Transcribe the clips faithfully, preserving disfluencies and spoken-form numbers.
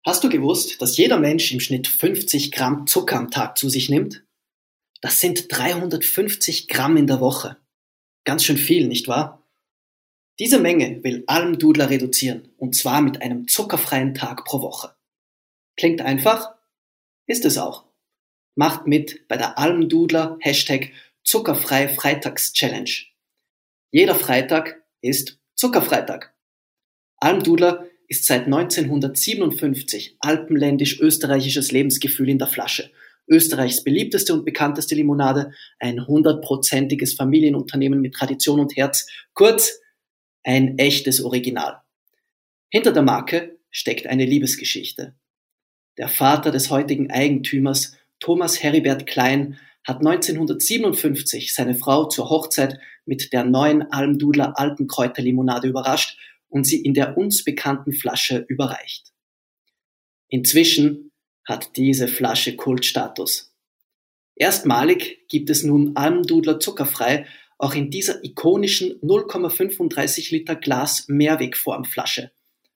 Hast du gewusst, dass jeder Mensch im Schnitt fünfzig Gramm Zucker am Tag zu sich nimmt? Das sind dreihundertfünfzig Gramm in der Woche. Ganz schön viel, nicht wahr? Diese Menge will Almdudler reduzieren, und zwar mit einem zuckerfreien Tag pro Woche. Klingt einfach? Ist es auch. Macht mit bei der Almdudler Hashtag Zuckerfrei Freitags Challenge. Jeder Freitag ist Zuckerfreitag. Almdudler ist seit neunzehnhundertsiebenundfünfzig alpenländisch-österreichisches Lebensgefühl in der Flasche. Österreichs beliebteste und bekannteste Limonade, ein hundertprozentiges Familienunternehmen mit Tradition und Herz, kurz ein echtes Original. Hinter der Marke steckt eine Liebesgeschichte. Der Vater des heutigen Eigentümers, Thomas Heribert Klein, hat neunzehnhundertsiebenundfünfzig seine Frau zur Hochzeit mit der neuen Almdudler Alpenkräuterlimonade überrascht und sie in der uns bekannten Flasche überreicht. Inzwischen hat diese Flasche Kultstatus. Erstmalig gibt es nun Almdudler zuckerfrei auch in dieser ikonischen null Komma fünfunddreißig Liter Glas Mehrwegformflasche.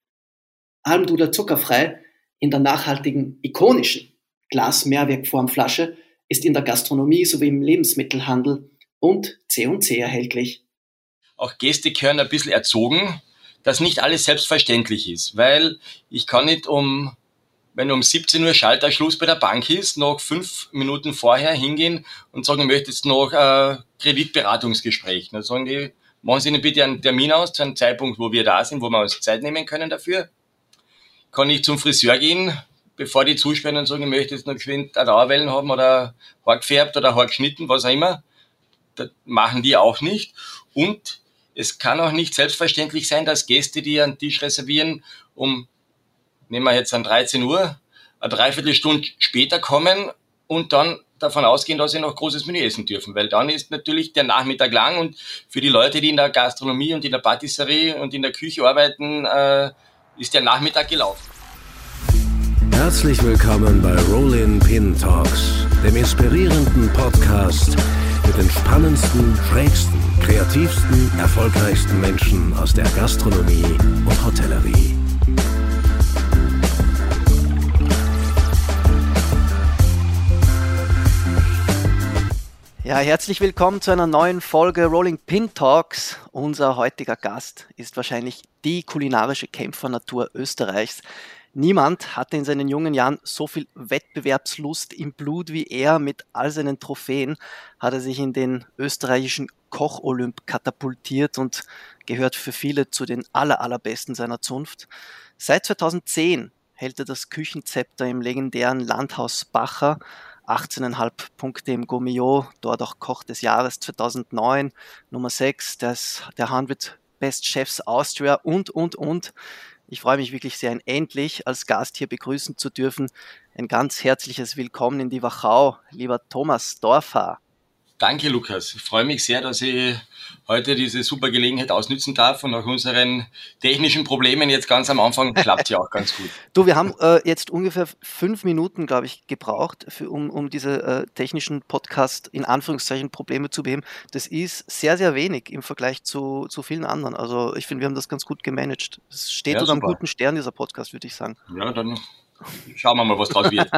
Almdudler zuckerfrei in der nachhaltigen, ikonischen Glas Mehrwegformflasche ist in der Gastronomie sowie im Lebensmittelhandel und C und C erhältlich. Auch Gäste gehören ein bisschen erzogen, dass nicht alles selbstverständlich ist, weil ich kann nicht um, wenn um siebzehn Uhr Schalterschluss bei der Bank ist, noch fünf Minuten vorher hingehen und sagen, ich möchte jetzt noch ein Kreditberatungsgespräch. Dann sagen die, machen Sie Ihnen bitte einen Termin aus zu einem Zeitpunkt, wo wir da sind, wo wir uns Zeit nehmen können dafür. Kann ich zum Friseur gehen, bevor die zusperren und sagen, ich möchte jetzt noch geschwind eine Dauerwellen haben oder Haar gefärbt oder Haar geschnitten, was auch immer. Das machen die auch nicht. Und es kann auch nicht selbstverständlich sein, dass Gäste, die einen Tisch reservieren, um, nehmen wir jetzt an dreizehn Uhr, eine Dreiviertelstunde später kommen und dann davon ausgehen, dass sie noch großes Menü essen dürfen. Weil dann ist natürlich der Nachmittag lang und für die Leute, die in der Gastronomie und in der Patisserie und in der Küche arbeiten, äh, ist der Nachmittag gelaufen. Herzlich willkommen bei Rollin Pin Talks, dem inspirierenden Podcast mit den spannendsten, schrägsten, kreativsten, erfolgreichsten Menschen aus der Gastronomie und Hotellerie. Ja, herzlich willkommen zu einer neuen Folge Rolling Pin Talks. Unser heutiger Gast ist wahrscheinlich die kulinarische Kämpfernatur Österreichs. Niemand hatte in seinen jungen Jahren so viel Wettbewerbslust im Blut wie er. Mit all seinen Trophäen hat er sich in den österreichischen Koch-Olymp katapultiert und gehört für viele zu den aller, allerbesten seiner Zunft. Seit zweitausendzehn hält er das Küchenzepter im legendären Landhaus Bacher, achtzehn Komma fünf Punkte im Gourmillot, dort auch Koch des Jahres zweitausendneun, Nummer sechs, das, der hundert Best Chefs Austria und, und, und. Ich freue mich wirklich sehr, ihn endlich als Gast hier begrüßen zu dürfen. Ein ganz herzliches Willkommen in die Wachau, lieber Thomas Dorfer. Danke, Lukas. Ich freue mich sehr, dass ich heute diese super Gelegenheit ausnützen darf und nach unseren technischen Problemen jetzt ganz am Anfang klappt ja auch ganz gut. Du, wir haben äh, jetzt ungefähr fünf Minuten, glaube ich, gebraucht, für, um, um diese äh, technischen Podcast in Anführungszeichen Probleme zu beheben. Das ist sehr, sehr wenig im Vergleich zu, zu vielen anderen. Also ich finde, wir haben das ganz gut gemanagt. Es steht Ja, unter einem super. guten Stern, dieser Podcast, würde ich sagen. Ja, dann schauen wir mal, was draus wird.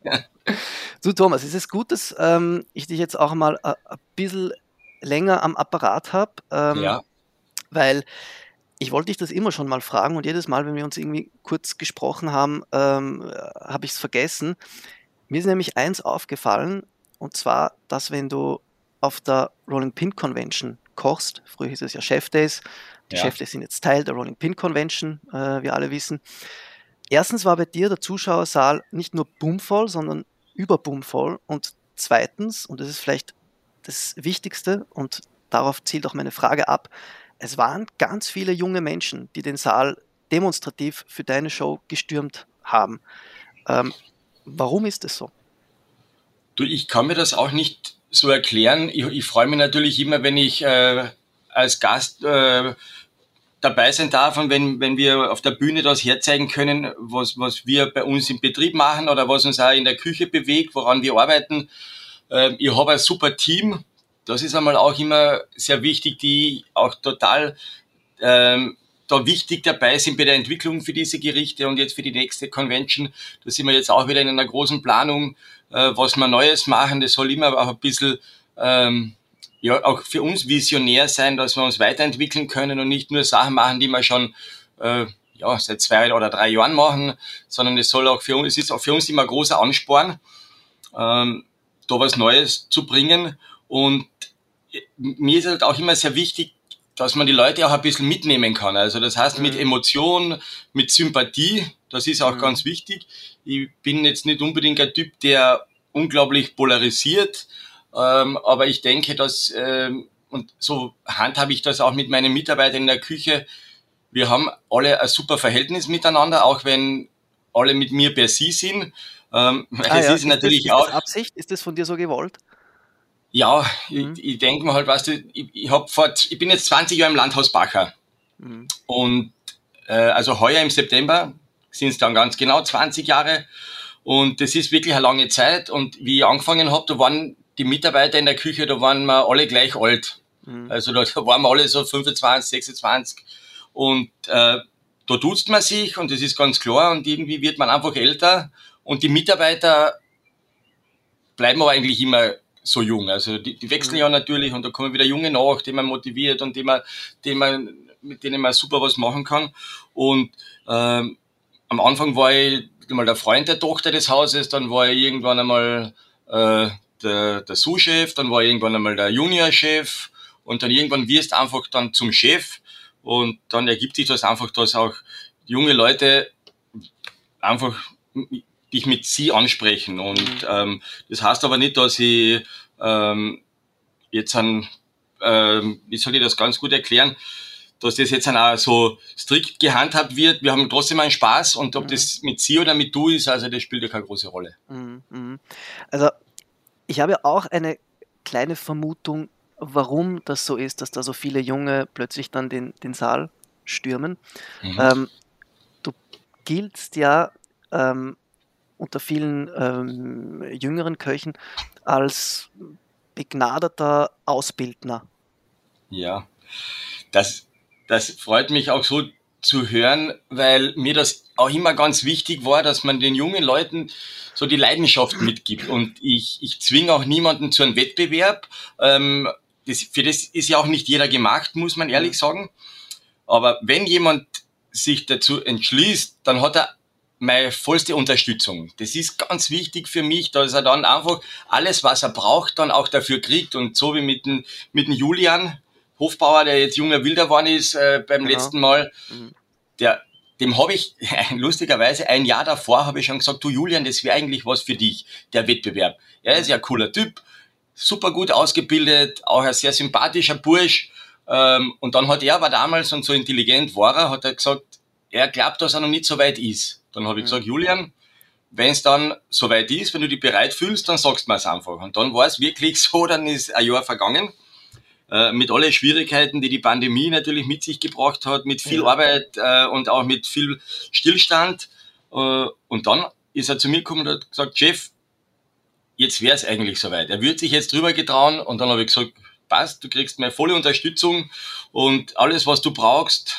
Du Thomas, ist es gut, dass ähm, ich dich jetzt auch mal äh, ein bisschen länger am Apparat habe, ähm, Ja. weil ich wollte dich das immer schon mal fragen und jedes Mal, wenn wir uns irgendwie kurz gesprochen haben, ähm, habe ich es vergessen. Mir ist nämlich eins aufgefallen, und zwar, dass wenn du auf der Rolling Pin Convention kochst, früher hieß es ja Chef Days, die Ja. Chef Days sind jetzt Teil der Rolling Pin Convention, äh, wir alle wissen. Erstens war bei dir der Zuschauersaal nicht nur bummvoll, sondern überbummvoll. Und zweitens, und das ist vielleicht das Wichtigste, und darauf zielt auch meine Frage ab, es waren ganz viele junge Menschen, die den Saal demonstrativ für deine Show gestürmt haben. Ähm, warum ist das so? Du, ich kann mir das auch nicht so erklären. Ich, ich freue mich natürlich immer, wenn ich äh, als Gast äh, dabei sein darf und wenn, wenn wir auf der Bühne das herzeigen können, was, was wir bei uns im Betrieb machen oder was uns auch in der Küche bewegt, woran wir arbeiten. Äh, ich habe ein super Team. Das ist einmal auch immer sehr wichtig, die auch total ähm, da wichtig dabei sind bei der Entwicklung für diese Gerichte und jetzt für die nächste Convention. Da sind wir jetzt auch wieder in einer großen Planung, äh, was wir Neues machen. Das soll immer auch ein bisschen, ähm, ja, auch für uns visionär sein, dass wir uns weiterentwickeln können und nicht nur Sachen machen, die wir schon, äh, ja, seit zwei oder drei Jahren machen, sondern es soll auch für uns, es ist auch für uns immer ein großer Ansporn, ähm, da was Neues zu bringen. Und mir ist halt auch immer sehr wichtig, dass man die Leute auch ein bisschen mitnehmen kann. Also das heißt, mit Emotion, mit Sympathie, das ist auch mhm. ganz wichtig. Ich bin jetzt nicht unbedingt ein Typ, der unglaublich polarisiert, ähm, aber ich denke, dass, ähm, und so handhabe ich das auch mit meinen Mitarbeitern in der Küche, wir haben alle ein super Verhältnis miteinander, auch wenn alle mit mir per Sie sind. Ähm, ah, es ja. ist, ist natürlich das, ist auch... das Absicht? Ist das von dir so gewollt? Ja, mhm. ich, ich denke mir halt, weißt du, ich, ich, hab vor, ich bin jetzt zwanzig Jahre im Landhaus Bacher. Mhm. Und äh, also heuer im September sind es dann ganz genau zwanzig Jahre. Und das ist wirklich eine lange Zeit. Und wie ich angefangen habe, da waren die Mitarbeiter in der Küche, da waren wir alle gleich alt. Mhm. Also da, da waren wir alle so fünfundzwanzig, sechsundzwanzig. Und äh, da duzt man sich und das ist ganz klar. Und irgendwie wird man einfach älter. Und die Mitarbeiter bleiben aber eigentlich immer so jung. Also die, die wechseln mhm. ja natürlich und da kommen wieder Junge nach, die man motiviert und die man, die man, mit denen man super was machen kann. Und ähm, am Anfang war ich mal der Freund der Tochter des Hauses, dann war ich irgendwann einmal äh, der, der Sous-Chef, dann war ich irgendwann einmal der Junior-Chef und dann irgendwann wirst du einfach dann zum Chef und dann ergibt sich das einfach, dass auch junge Leute einfach dich mit sie ansprechen. Und ähm, das heißt aber nicht, dass ich ähm, jetzt an, ähm, wie soll ich das ganz gut erklären, dass das jetzt dann auch so strikt gehandhabt wird. Wir haben trotzdem einen Spaß und ob mhm. das mit sie oder mit du ist, also das spielt ja keine große Rolle. Mhm. Also ich habe ja auch eine kleine Vermutung, warum das so ist, dass da so viele Junge plötzlich dann den, den Saal stürmen. Mhm. Ähm, du giltst ja ähm, unter vielen ähm, jüngeren Köchen als begnadeter Ausbildner. Ja, das, das freut mich auch so zu hören, weil mir das auch immer ganz wichtig war, dass man den jungen Leuten so die Leidenschaft mitgibt. Und ich, ich zwinge auch niemanden zu einem Wettbewerb. Ähm, das, für das ist ja auch nicht jeder gemacht, muss man ehrlich sagen. Aber wenn jemand sich dazu entschließt, dann hat er meine vollste Unterstützung. Das ist ganz wichtig für mich, dass er dann einfach alles, was er braucht, dann auch dafür kriegt. Und so wie mit dem, mit dem Julian Hofbauer, der jetzt junger Wilder geworden ist äh, beim genau. letzten Mal, mhm. der, dem habe ich lustigerweise ein Jahr davor habe ich schon gesagt, du Julian, das wäre eigentlich was für dich, der Wettbewerb. Er ist ja ein cooler Typ, super gut ausgebildet, auch ein sehr sympathischer Bursch. Ähm, und dann hat er aber damals, und so intelligent war er, hat er gesagt, er glaubt, dass er noch nicht so weit ist. Dann habe ich gesagt, Julian, wenn es dann so weit ist, wenn du dich bereit fühlst, dann sagst du mir es einfach. Und dann war es wirklich so, dann ist ein Jahr vergangen, äh, mit allen Schwierigkeiten, die die Pandemie natürlich mit sich gebracht hat, mit viel ja. Arbeit äh, und auch mit viel Stillstand. Äh, und dann ist er zu mir gekommen und hat gesagt, Chef, jetzt wäre es eigentlich soweit. Er würde sich jetzt drüber getrauen. Und dann habe ich gesagt, passt, du kriegst meine volle Unterstützung und alles, was du brauchst,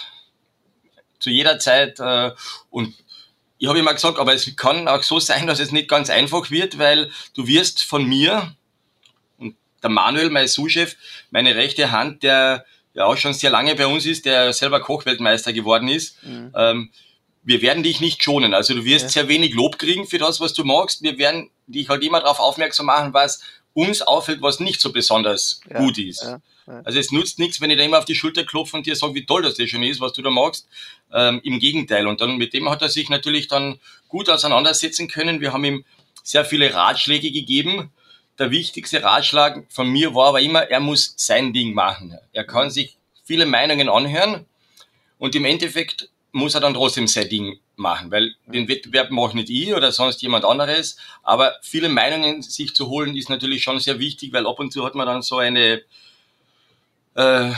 zu jeder Zeit. Äh, und ich habe immer gesagt, aber es kann auch so sein, dass es nicht ganz einfach wird, weil du wirst von mir und der Manuel, mein Sous-Chef, meine rechte Hand, der ja auch schon sehr lange bei uns ist, der selber Kochweltmeister geworden ist, mhm. ähm, wir werden dich nicht schonen. Also du wirst ja. sehr wenig Lob kriegen für das, was du magst. Wir werden dich halt immer darauf aufmerksam machen, was uns auffällt, was nicht so besonders ja. gut ist. Ja. Ja. Also es nutzt nichts, wenn ich da immer auf die Schulter klopfe und dir sage, wie toll das das schon ist, was du da magst. Ähm, Im Gegenteil. Und dann mit dem hat er sich natürlich dann gut auseinandersetzen können. Wir haben ihm sehr viele Ratschläge gegeben. Der wichtigste Ratschlag von mir war aber immer, er muss sein Ding machen. Er kann sich viele Meinungen anhören und im Endeffekt muss er dann trotzdem sein Ding machen, weil den Wettbewerb mache nicht ich oder sonst jemand anderes, aber viele Meinungen sich zu holen ist natürlich schon sehr wichtig, weil ab und zu hat man dann so eine äh,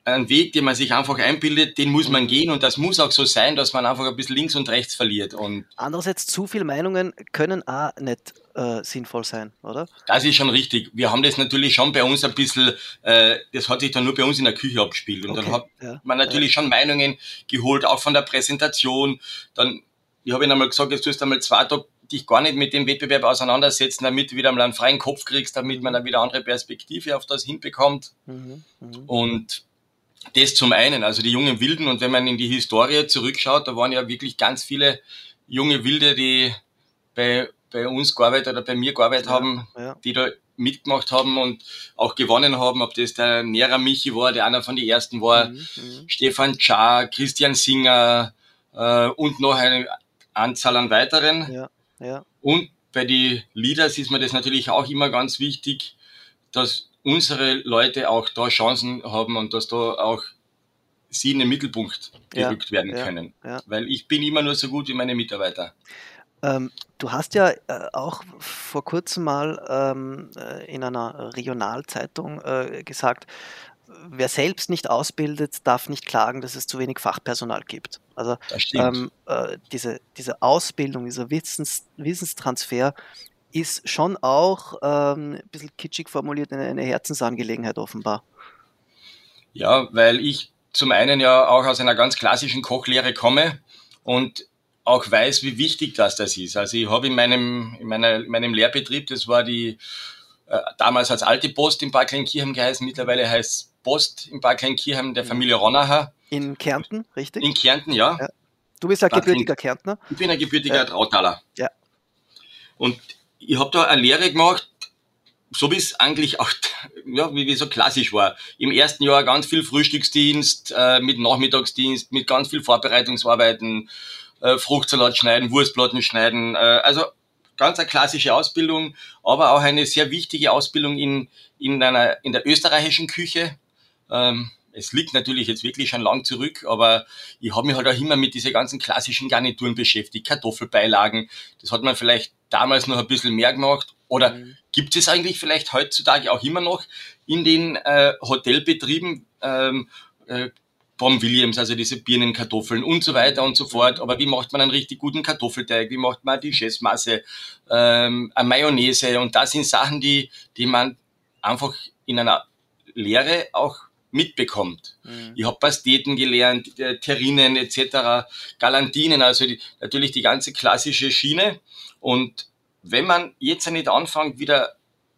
ein Weg, den man sich einfach einbildet, den muss man gehen und das muss auch so sein, dass man einfach ein bisschen links und rechts verliert. Und andererseits, zu viele Meinungen können auch nicht äh, sinnvoll sein, oder? Das ist schon richtig. Wir haben das natürlich schon bei uns ein bisschen, äh, das hat sich dann nur bei uns in der Küche abgespielt. Und okay, dann hat ja, man natürlich ja. schon Meinungen geholt, auch von der Präsentation. Dann, ich habe ihnen einmal gesagt, jetzt tust du einmal zwei Tage dich gar nicht mit dem Wettbewerb auseinandersetzen, damit du wieder mal einen freien Kopf kriegst, damit man dann wieder andere Perspektive auf das hinbekommt. Mhm, mh. Und das zum einen, also die jungen Wilden, und wenn man in die Historie zurückschaut, da waren ja wirklich ganz viele junge Wilde, die bei, bei uns gearbeitet oder bei mir gearbeitet ja, haben, ja. die da mitgemacht haben und auch gewonnen haben, ob das der Nera Michi war, der einer von den ersten war, mhm, Stefan Czar, Christian Singer äh, und noch eine Anzahl an weiteren. Ja. Ja. Und bei den Leaders ist mir das natürlich auch immer ganz wichtig, dass unsere Leute auch da Chancen haben und dass da auch sie in den Mittelpunkt gerückt ja, werden ja, können. Ja. Weil ich bin immer nur so gut wie meine Mitarbeiter. Ähm, du hast ja äh, auch vor kurzem mal ähm, in einer Regionalzeitung äh, gesagt, wer selbst nicht ausbildet, darf nicht klagen, dass es zu wenig Fachpersonal gibt. Also ähm, äh, diese, diese Ausbildung, dieser Wissens, Wissenstransfer ist schon auch ähm, ein bisschen kitschig formuliert eine, eine Herzensangelegenheit offenbar. Ja, weil ich zum einen ja auch aus einer ganz klassischen Kochlehre komme und auch weiß, wie wichtig das das ist. Also ich habe in meinem, in meiner, in meinem Lehrbetrieb, das war die, äh, damals als alte Post in Bad Kleinkirchen geheißen, mittlerweile heißt es Post in Bad Kleinkirchen der Familie Ronacher. In Kärnten, richtig? In Kärnten, ja. ja. Du bist ein gebürtiger Kärntner? Ich bin ein gebürtiger ja. Trautaler. Ja. Und ich habe da eine Lehre gemacht, so wie es eigentlich auch, ja, wie, wie so klassisch war. Im ersten Jahr ganz viel Frühstücksdienst, äh, mit Nachmittagsdienst, mit ganz viel Vorbereitungsarbeiten, äh, Fruchtsalat schneiden, Wurstplatten schneiden, äh, also ganz eine klassische Ausbildung, aber auch eine sehr wichtige Ausbildung in, in einer, in der österreichischen Küche. Ähm, es liegt natürlich jetzt wirklich schon lang zurück, aber ich habe mich halt auch immer mit diesen ganzen klassischen Garnituren beschäftigt, Kartoffelbeilagen, das hat man vielleicht damals noch ein bisschen mehr gemacht. Oder mhm. gibt es eigentlich vielleicht heutzutage auch immer noch in den äh, Hotelbetrieben ähm, äh, Brom Williams, also diese Birnen, Kartoffeln und so weiter und so fort. Aber wie macht man einen richtig guten Kartoffelteig? Wie macht man die Chessmasse, ähm, eine Mayonnaise? Und das sind Sachen, die, die man einfach in einer Lehre auch mitbekommt. Mhm. Ich habe Pasteten gelernt, äh, Terrinen et cetera, Galantinen, also die, natürlich die ganze klassische Schiene. Und wenn man jetzt nicht anfängt, wieder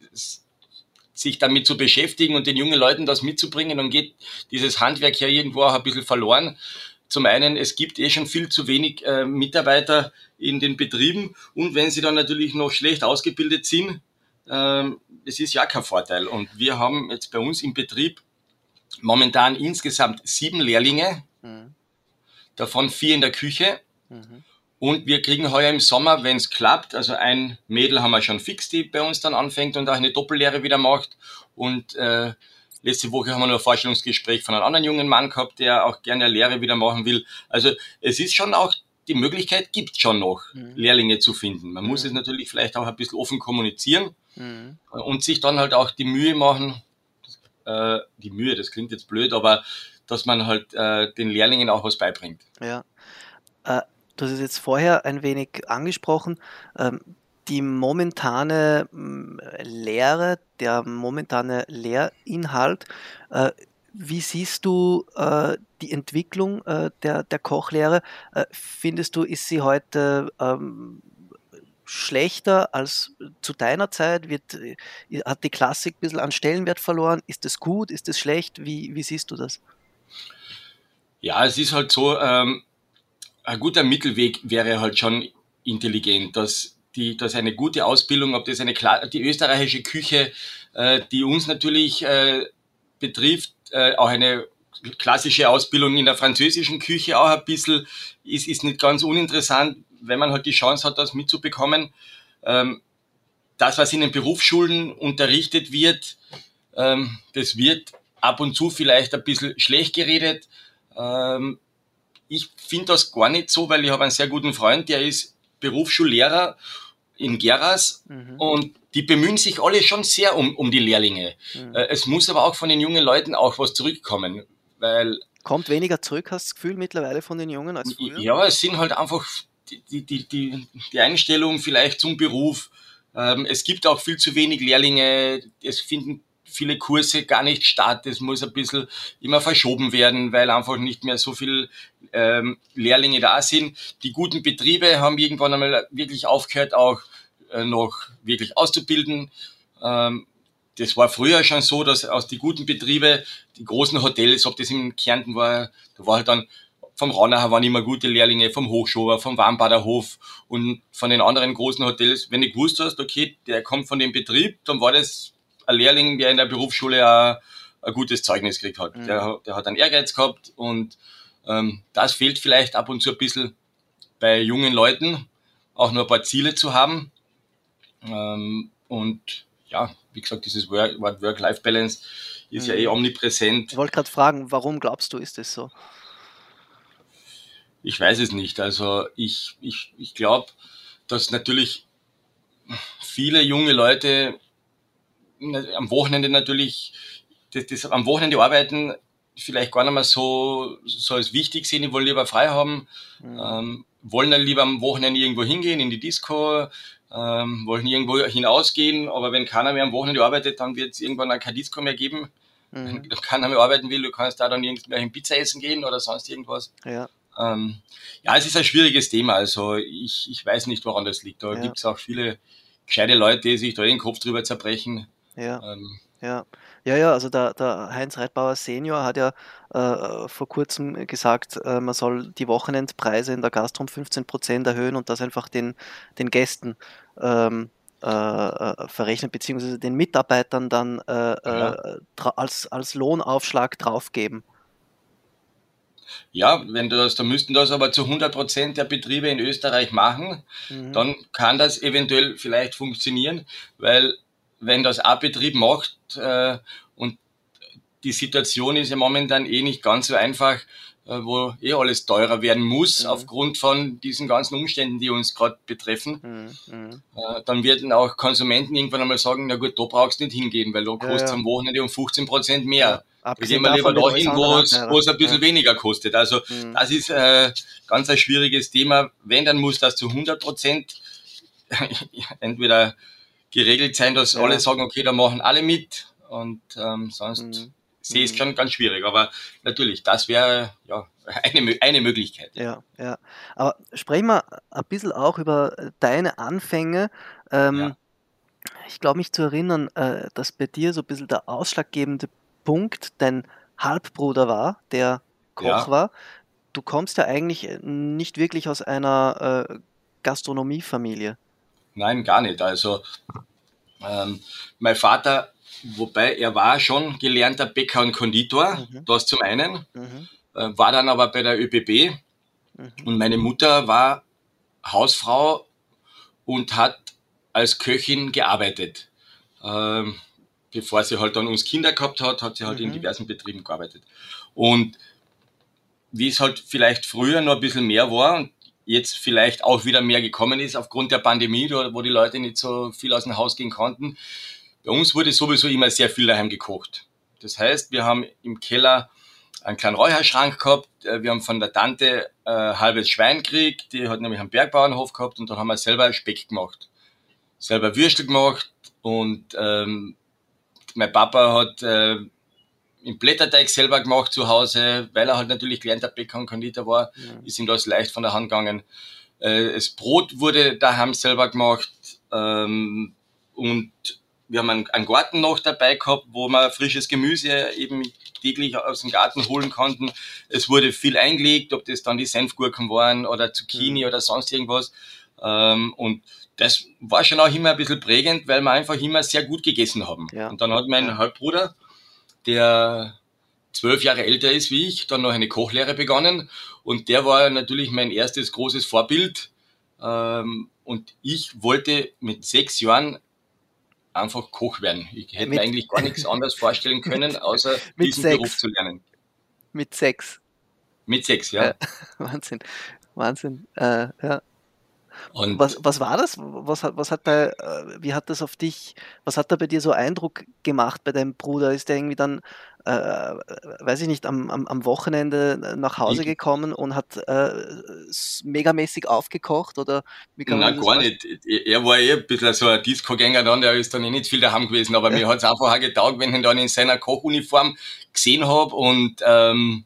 sich damit zu beschäftigen und den jungen Leuten das mitzubringen, dann geht dieses Handwerk ja irgendwo auch ein bisschen verloren. Zum einen, es gibt eh schon viel zu wenig äh, Mitarbeiter in den Betrieben und wenn sie dann natürlich noch schlecht ausgebildet sind, äh, das ist ja kein Vorteil. Und wir haben jetzt bei uns im Betrieb momentan insgesamt sieben Lehrlinge, mhm. davon vier in der Küche. Mhm. Und wir kriegen heuer im Sommer, wenn es klappt, also ein Mädel haben wir schon fix, die bei uns dann anfängt und auch eine Doppellehre wieder macht. Und äh, letzte Woche haben wir noch ein Vorstellungsgespräch von einem anderen jungen Mann gehabt, der auch gerne eine Lehre wieder machen will. Also es ist schon auch, die Möglichkeit gibt schon noch, mhm. Lehrlinge zu finden. Man mhm. muss es natürlich vielleicht auch ein bisschen offen kommunizieren mhm. und sich dann halt auch die Mühe machen, äh, die Mühe, das klingt jetzt blöd, aber dass man halt äh, den Lehrlingen auch was beibringt. Ja, äh. Du hast es jetzt vorher ein wenig angesprochen, ähm, die momentane ähm, Lehre, der momentane Lehrinhalt. Äh, wie siehst du äh, die Entwicklung äh, der, der Kochlehre? Äh, findest du, ist sie heute ähm, schlechter als zu deiner Zeit? Wird, äh, hat die Klassik ein bisschen an Stellenwert verloren? Ist das gut? Ist das schlecht? Wie, wie siehst du das? Ja, es ist halt so, ähm, ein guter Mittelweg wäre halt schon intelligent, dass die, dass eine gute Ausbildung, ob das eine die österreichische Küche, äh, die uns natürlich äh, betrifft, äh, auch eine klassische Ausbildung in der französischen Küche auch ein bisschen, ist, ist nicht ganz uninteressant, wenn man halt die Chance hat, das mitzubekommen. Ähm, das, was in den Berufsschulen unterrichtet wird, ähm, das wird ab und zu vielleicht ein bisschen schlecht geredet. Ähm, Ich finde das gar nicht so, weil ich habe einen sehr guten Freund, der ist Berufsschullehrer in Geras mhm. und die bemühen sich alle schon sehr um, um die Lehrlinge. Mhm. Es muss aber auch von den jungen Leuten auch was zurückkommen. weil... Kommt weniger zurück, hast du das Gefühl, mittlerweile von den Jungen als früher? Ja, es sind halt einfach die, die, die, die Einstellung vielleicht zum Beruf. Ähm, es gibt auch viel zu wenig Lehrlinge, es finden viele Kurse gar nicht statt, es muss ein bisschen immer verschoben werden, weil einfach nicht mehr so viel ähm, Lehrlinge da sind. Die guten Betriebe haben irgendwann einmal wirklich aufgehört, auch äh, noch wirklich auszubilden. Ähm, das war früher schon so, dass aus die guten Betriebe, die großen Hotels, ob das in Kärnten war, da war halt dann vom Raunacher waren immer gute Lehrlinge, vom Hochschober, vom Warmbader Hof und von den anderen großen Hotels. Wenn du gewusst hast, okay, der kommt von dem Betrieb, dann war das ein Lehrling, der in der Berufsschule auch ein gutes Zeugnis gekriegt hat. Mhm. Der, der hat einen Ehrgeiz gehabt und ähm, das fehlt vielleicht ab und zu ein bisschen bei jungen Leuten, auch nur ein paar Ziele zu haben. Ähm, und ja, wie gesagt, dieses Wort Work-Life-Balance ist mhm. ja eh omnipräsent. Ich wollte gerade fragen, warum glaubst du, ist das so? Ich weiß es nicht. Also ich, ich, ich glaube, dass natürlich viele junge Leute am Wochenende natürlich, das, das am Wochenende arbeiten, vielleicht gar nicht mehr so, so als wichtig sehen, die wollen lieber frei haben, mhm. ähm, wollen dann lieber am Wochenende irgendwo hingehen, in die Disco, ähm, wollen irgendwo hinausgehen, aber wenn keiner mehr am Wochenende arbeitet, dann wird es irgendwann auch kein Disco mehr geben. Mhm. Wenn keiner mehr arbeiten will, du kannst da dann irgendwelchen Pizza essen gehen oder sonst irgendwas. Ja. Ähm, ja, es ist ein schwieriges Thema, also ich, ich weiß nicht, woran das liegt. Da ja. gibt es auch viele gescheite Leute, die sich da den Kopf drüber zerbrechen. Ja, ähm, ja. Ja, ja, also der, der Heinz Reitbauer Senior hat ja äh, vor kurzem gesagt, äh, man soll die Wochenendpreise in der Gastro um fünfzehn Prozent erhöhen und das einfach den, den Gästen ähm, äh, verrechnen, beziehungsweise den Mitarbeitern dann äh, ja. äh, als, als Lohnaufschlag draufgeben. Ja, wenn du das, da müssten das aber zu hundert Prozent der Betriebe in Österreich machen, mhm. dann kann das eventuell vielleicht funktionieren, weil wenn das ein Betrieb macht äh, und die Situation ist ja momentan eh nicht ganz so einfach, äh, wo eh alles teurer werden muss, mhm. aufgrund von diesen ganzen Umständen, die uns gerade betreffen, mhm. äh, dann werden auch Konsumenten irgendwann einmal sagen, na gut, da brauchst du nicht hingehen, weil da kostet es ja, ja. am Wochenende um fünfzehn Prozent mehr. Ja. Da gehen wir lieber dahin, wo es, wo es ein bisschen ja. weniger kostet. Also mhm. das ist äh, ganz ein schwieriges Thema. Wenn, dann muss das zu hundert Prozent entweder geregelt sein, dass ja. alle sagen, okay, da machen alle mit und ähm, sonst mhm. sehe ich es schon ganz schwierig. Aber natürlich, das wäre ja eine, eine Möglichkeit. Ja, ja. Aber sprechen wir ein bisschen auch über deine Anfänge. Ähm, ja. Ich glaube, mich zu erinnern, äh, dass bei dir so ein bisschen der ausschlaggebende Punkt dein Halbbruder war, der Koch ja. war. Du kommst ja eigentlich nicht wirklich aus einer äh, Gastronomiefamilie. Nein, gar nicht. Also ähm, mein Vater, wobei er war schon gelernter Bäcker und Konditor, mhm. das zum einen, mhm. äh, war dann aber bei der ÖBB mhm. und meine Mutter war Hausfrau und hat als Köchin gearbeitet. Ähm, bevor sie halt dann uns Kinder gehabt hat, hat sie halt mhm. in diversen Betrieben gearbeitet. Und wie es halt vielleicht früher noch ein bisschen mehr war und jetzt vielleicht auch wieder mehr gekommen ist aufgrund der Pandemie, wo die Leute nicht so viel aus dem Haus gehen konnten. Bei uns wurde sowieso immer sehr viel daheim gekocht. Das heißt, wir haben im Keller einen kleinen Räucherschrank gehabt, wir haben von der Tante äh, halbes Schwein gekriegt, die hat nämlich einen Bergbauernhof gehabt und dann haben wir selber Speck gemacht. Selber Würstel gemacht und ähm, mein Papa hat äh, im Blätterteig selber gemacht zu Hause, weil er halt natürlich gelernter Bäcker und Konditor war, ja. ist ihm das leicht von der Hand gegangen. Äh, das Brot wurde daheim selber gemacht ähm, und wir haben einen, einen Garten noch dabei gehabt, wo wir frisches Gemüse eben täglich aus dem Garten holen konnten. Es wurde viel eingelegt, ob das dann die Senfgurken waren oder Zucchini ja. oder sonst irgendwas. Ähm, und das war schon auch immer ein bisschen prägend, weil wir einfach immer sehr gut gegessen haben. Ja. Und dann hat mein Halbbruder, der zwölf Jahre älter ist wie ich, dann noch eine Kochlehre begonnen und der war natürlich mein erstes großes Vorbild ähm, und ich wollte mit sechs Jahren einfach Koch werden. Ich hätte mit, mir eigentlich gar nichts anderes vorstellen können, außer diesen sechs. Beruf zu lernen. Mit sechs? Mit sechs, ja. ja Wahnsinn, Wahnsinn, äh, ja. Und Was, was war das? Was hat, was hat da, äh, wie hat das auf dich, was hat da bei dir so Eindruck gemacht bei deinem Bruder? Ist der irgendwie dann, äh, weiß ich nicht, am, am, am Wochenende nach Hause ich, gekommen und hat äh, s- megamäßig aufgekocht oder wie kann man nein, sich das gar vorstellen? nicht. Er war eh ein bisschen so ein Disco-Gänger dann, der ist dann eh nicht viel daheim gewesen, aber Ja, mir hat's einfach auch getaugt, wenn ich ihn dann in seiner Kochuniform gesehen hab und ähm,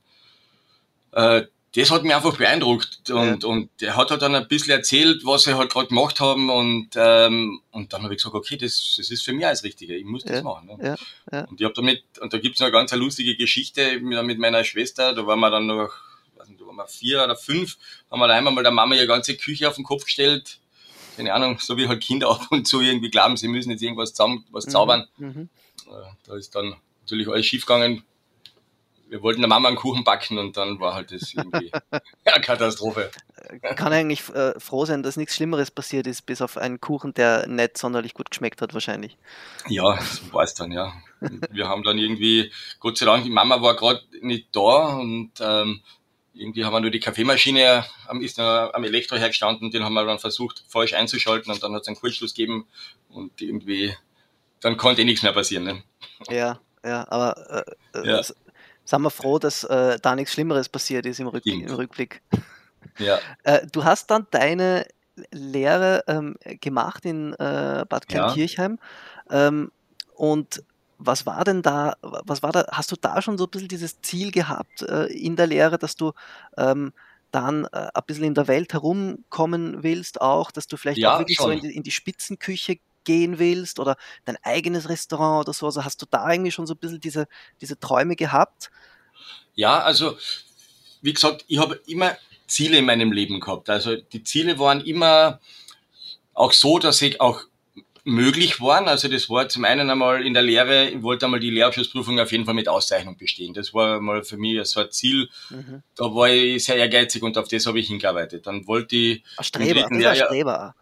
äh, das hat mich einfach beeindruckt ja, und und er hat halt dann ein bisschen erzählt, was sie halt gerade gemacht haben und ähm, und dann habe ich gesagt, okay, das, das ist für mich alles Richtige, ich muss das ja, machen. Ne? ja, ja. Und ich habe damit, und da gibt's noch eine ganz eine lustige Geschichte mit, mit meiner Schwester, da waren wir dann noch, weiß nicht, da waren wir vier oder fünf, haben wir da einmal mal der Mama ihre ganze Küche auf den Kopf gestellt, keine Ahnung, so wie halt Kinder ab und zu irgendwie glauben, sie müssen jetzt irgendwas zusammen, was Mhm, zaubern. mhm. Äh, Da ist dann natürlich alles schief gegangen. Wir wollten der Mama einen Kuchen backen und dann war halt das irgendwie eine Katastrophe. Kann eigentlich äh, froh sein, dass nichts Schlimmeres passiert ist, bis auf einen Kuchen, der nicht sonderlich gut geschmeckt hat, wahrscheinlich. Ja, so war es dann, ja. Und wir haben dann irgendwie, Gott sei Dank, die Mama war gerade nicht da und ähm, irgendwie haben wir nur die Kaffeemaschine, am, ist noch am Elektro hergestanden, den haben wir dann versucht falsch einzuschalten und dann hat es einen Kurzschluss gegeben und irgendwie, dann konnte eh nichts mehr passieren. Ne? Ja, ja, aber äh, äh, Ja, s- sind wir froh, dass äh, da nichts Schlimmeres passiert ist im, Rück im stimmt. Rückblick. Ja, Äh, du hast dann deine Lehre ähm, gemacht in äh, Bad ja, Kleinkirchheim. Ähm, und was war denn da, was war da, hast du da schon so ein bisschen dieses Ziel gehabt äh, in der Lehre, dass du ähm, dann äh, ein bisschen in der Welt herumkommen willst, auch, dass du vielleicht auch ja, wirklich so in schon. die, in die Spitzenküche gehen willst oder dein eigenes Restaurant oder so? Also hast du da irgendwie schon so ein bisschen diese, diese Träume gehabt? Ja, also wie gesagt, ich habe immer Ziele in meinem Leben gehabt. Also die Ziele waren immer auch so, dass sie auch möglich waren. Also das war zum einen einmal in der Lehre, ich wollte einmal die Lehrabschlussprüfung auf jeden Fall mit Auszeichnung bestehen. Das war mal für mich so ein Ziel. Mhm. Da war ich sehr ehrgeizig und auf das habe ich hingearbeitet. Dann wollte ich Ein im Streber, dritten das war ein Lehrjahr, Streber.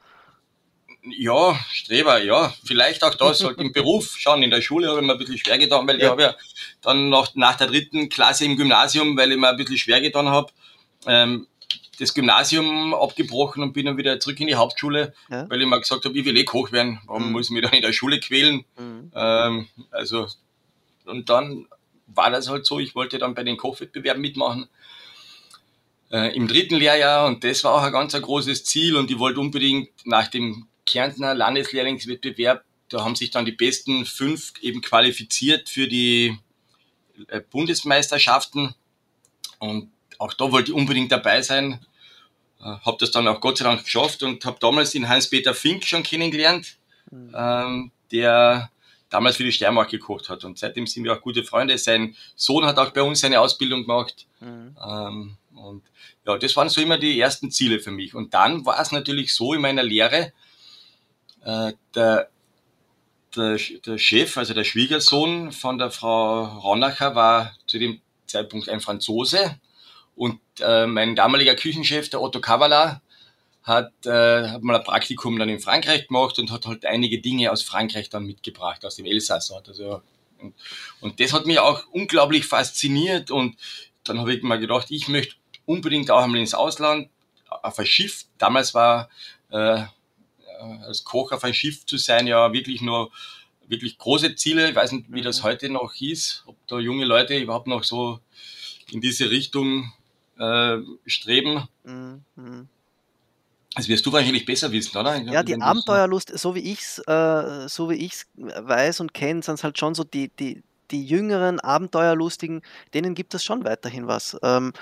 ja, Streber, ja, vielleicht auch das, halt im Beruf schauen. In der Schule habe ich mir ein bisschen schwer getan, weil ich Ja. habe ja dann nach, nach der dritten Klasse im Gymnasium, weil ich mir ein bisschen schwer getan habe, ähm, das Gymnasium abgebrochen und bin dann wieder zurück in die Hauptschule, Ja. weil ich mir gesagt habe, ich will eh Koch werden, warum Mhm. muss ich mich dann in der Schule quälen? Mhm. Ähm, also, und dann war das halt so, ich wollte dann bei den Kochwettbewerben mitmachen, äh, im dritten Lehrjahr und das war auch ein ganz ein großes Ziel und ich wollte unbedingt nach dem Kärntner Landeslehrlingswettbewerb, da haben sich dann die besten fünf eben qualifiziert für die äh, Bundesmeisterschaften und auch da wollte ich unbedingt dabei sein. Äh, habe das dann auch Gott sei Dank geschafft und habe damals den Hans-Peter Fink schon kennengelernt, Mhm. ähm, der damals für die Steiermark gekocht hat und seitdem sind wir auch gute Freunde. Sein Sohn hat auch bei uns seine Ausbildung gemacht. Mhm. Ähm, und ja, das waren so immer die ersten Ziele für mich. Und dann war es natürlich so in meiner Lehre, äh, der, der, der Chef, also der Schwiegersohn von der Frau Ronacher war zu dem Zeitpunkt ein Franzose und äh, mein damaliger Küchenchef, der Otto Kavala, hat, äh, hat mal ein Praktikum dann in Frankreich gemacht und hat halt einige Dinge aus Frankreich dann mitgebracht, aus dem Elsass. Also, und, und das hat mich auch unglaublich fasziniert und dann habe ich mir gedacht, ich möchte unbedingt auch einmal ins Ausland, auf ein Schiff. Damals war äh, als Koch auf ein Schiff zu sein ja wirklich nur wirklich große Ziele. Ich weiß nicht, wie das Mhm. heute noch ist, ob da junge Leute überhaupt noch so in diese Richtung äh, streben. Mhm. Mhm. Das wirst du wahrscheinlich besser wissen, oder? Ja, die Wenn du so, Abenteuerlust, so wie ich's, äh, so wie ich's weiß und kenne, sind es halt schon so die, die, die jüngeren Abenteuerlustigen, denen gibt es schon weiterhin was. Ähm,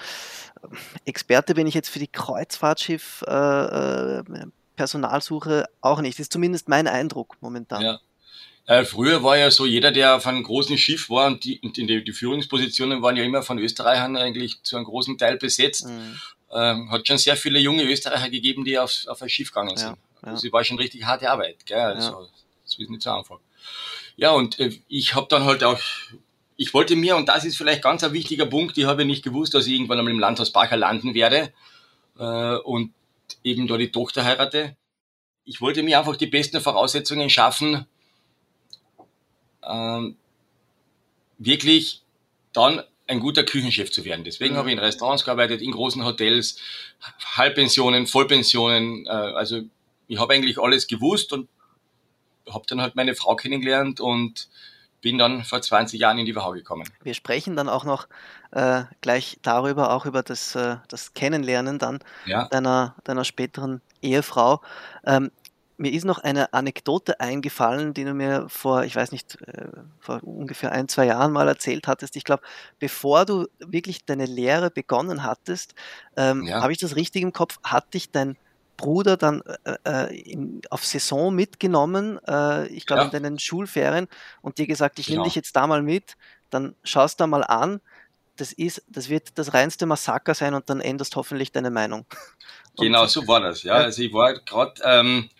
Experte bin ich jetzt für die Kreuzfahrtschiff äh, äh, Personalsuche auch nicht. Das ist zumindest mein Eindruck momentan. ja. Äh, früher war ja so, jeder, der auf einem großen Schiff war und die, und die, die Führungspositionen waren ja immer von Österreichern eigentlich zu einem großen Teil besetzt, Mhm. ähm, hat schon sehr viele junge Österreicher gegeben, die auf, auf ein Schiff gegangen Ja, sind. ja, Also es war schon richtig harte Arbeit, gell? ja. Also das ist nicht so einfach. Ja, und äh, ich habe dann halt auch, ich wollte mir, und das ist vielleicht ganz ein wichtiger Punkt, ich habe nicht gewusst, dass ich irgendwann einmal im Landhaus Bacher landen werde äh, und eben da die Tochter heirate. Ich wollte mir einfach die besten Voraussetzungen schaffen, ähm, wirklich dann ein guter Küchenchef zu werden. Deswegen Mhm. habe ich in Restaurants gearbeitet, in großen Hotels, Halbpensionen, Vollpensionen. Äh, also ich habe eigentlich alles gewusst und habe dann halt meine Frau kennengelernt und bin dann vor zwanzig Jahren in die Wachau gekommen. Wir sprechen dann auch noch äh, gleich darüber, auch über das, äh, das Kennenlernen dann Ja, deiner, deiner späteren Ehefrau. Ähm, mir ist noch eine Anekdote eingefallen, die du mir vor, ich weiß nicht, äh, vor ungefähr ein, zwei Jahren mal erzählt hattest. Ich glaube, bevor du wirklich deine Lehre begonnen hattest, ähm, ja, habe ich das richtig im Kopf, hat dich dein Bruder dann äh, äh, in, auf Saison mitgenommen, äh, ich glaube in ja, deinen Schulferien, und dir gesagt, ich nehme dich genau. jetzt da mal mit, dann schaust da mal an, das ist, das wird das reinste Massaker sein und dann änderst hoffentlich deine Meinung. Und Genau so war das. Ja, ja, also ich war gerade, ähm,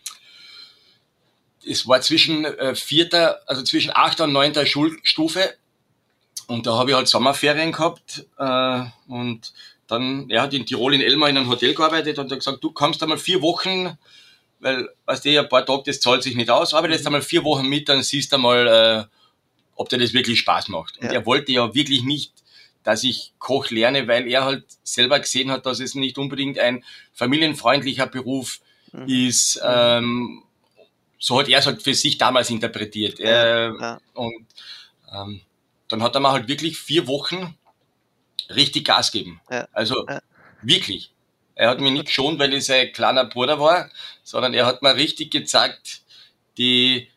es war zwischen äh, vierter, also zwischen achter und neunter Schulstufe und da habe ich halt Sommerferien gehabt äh, und dann, er hat in Tirol in Elmar in einem Hotel gearbeitet und hat gesagt, du kommst einmal vier Wochen, weil, weißt du, ein paar Tage, das zahlt sich nicht aus, arbeite jetzt mhm, einmal vier Wochen mit, dann siehst du mal, äh, ob dir das wirklich Spaß macht. Und ja, er wollte ja wirklich nicht, dass ich Koch lerne, weil er halt selber gesehen hat, dass es nicht unbedingt ein familienfreundlicher Beruf mhm, ist. mhm, Ähm, so hat er es halt für sich damals interpretiert. ja, Äh, ja, und ähm, dann hat er mir halt wirklich vier Wochen richtig Gas gegeben. ja, Also ja, wirklich. Er hat mich nicht geschont, weil ich sein kleiner Bruder war, sondern er hat mir richtig gezeigt, die,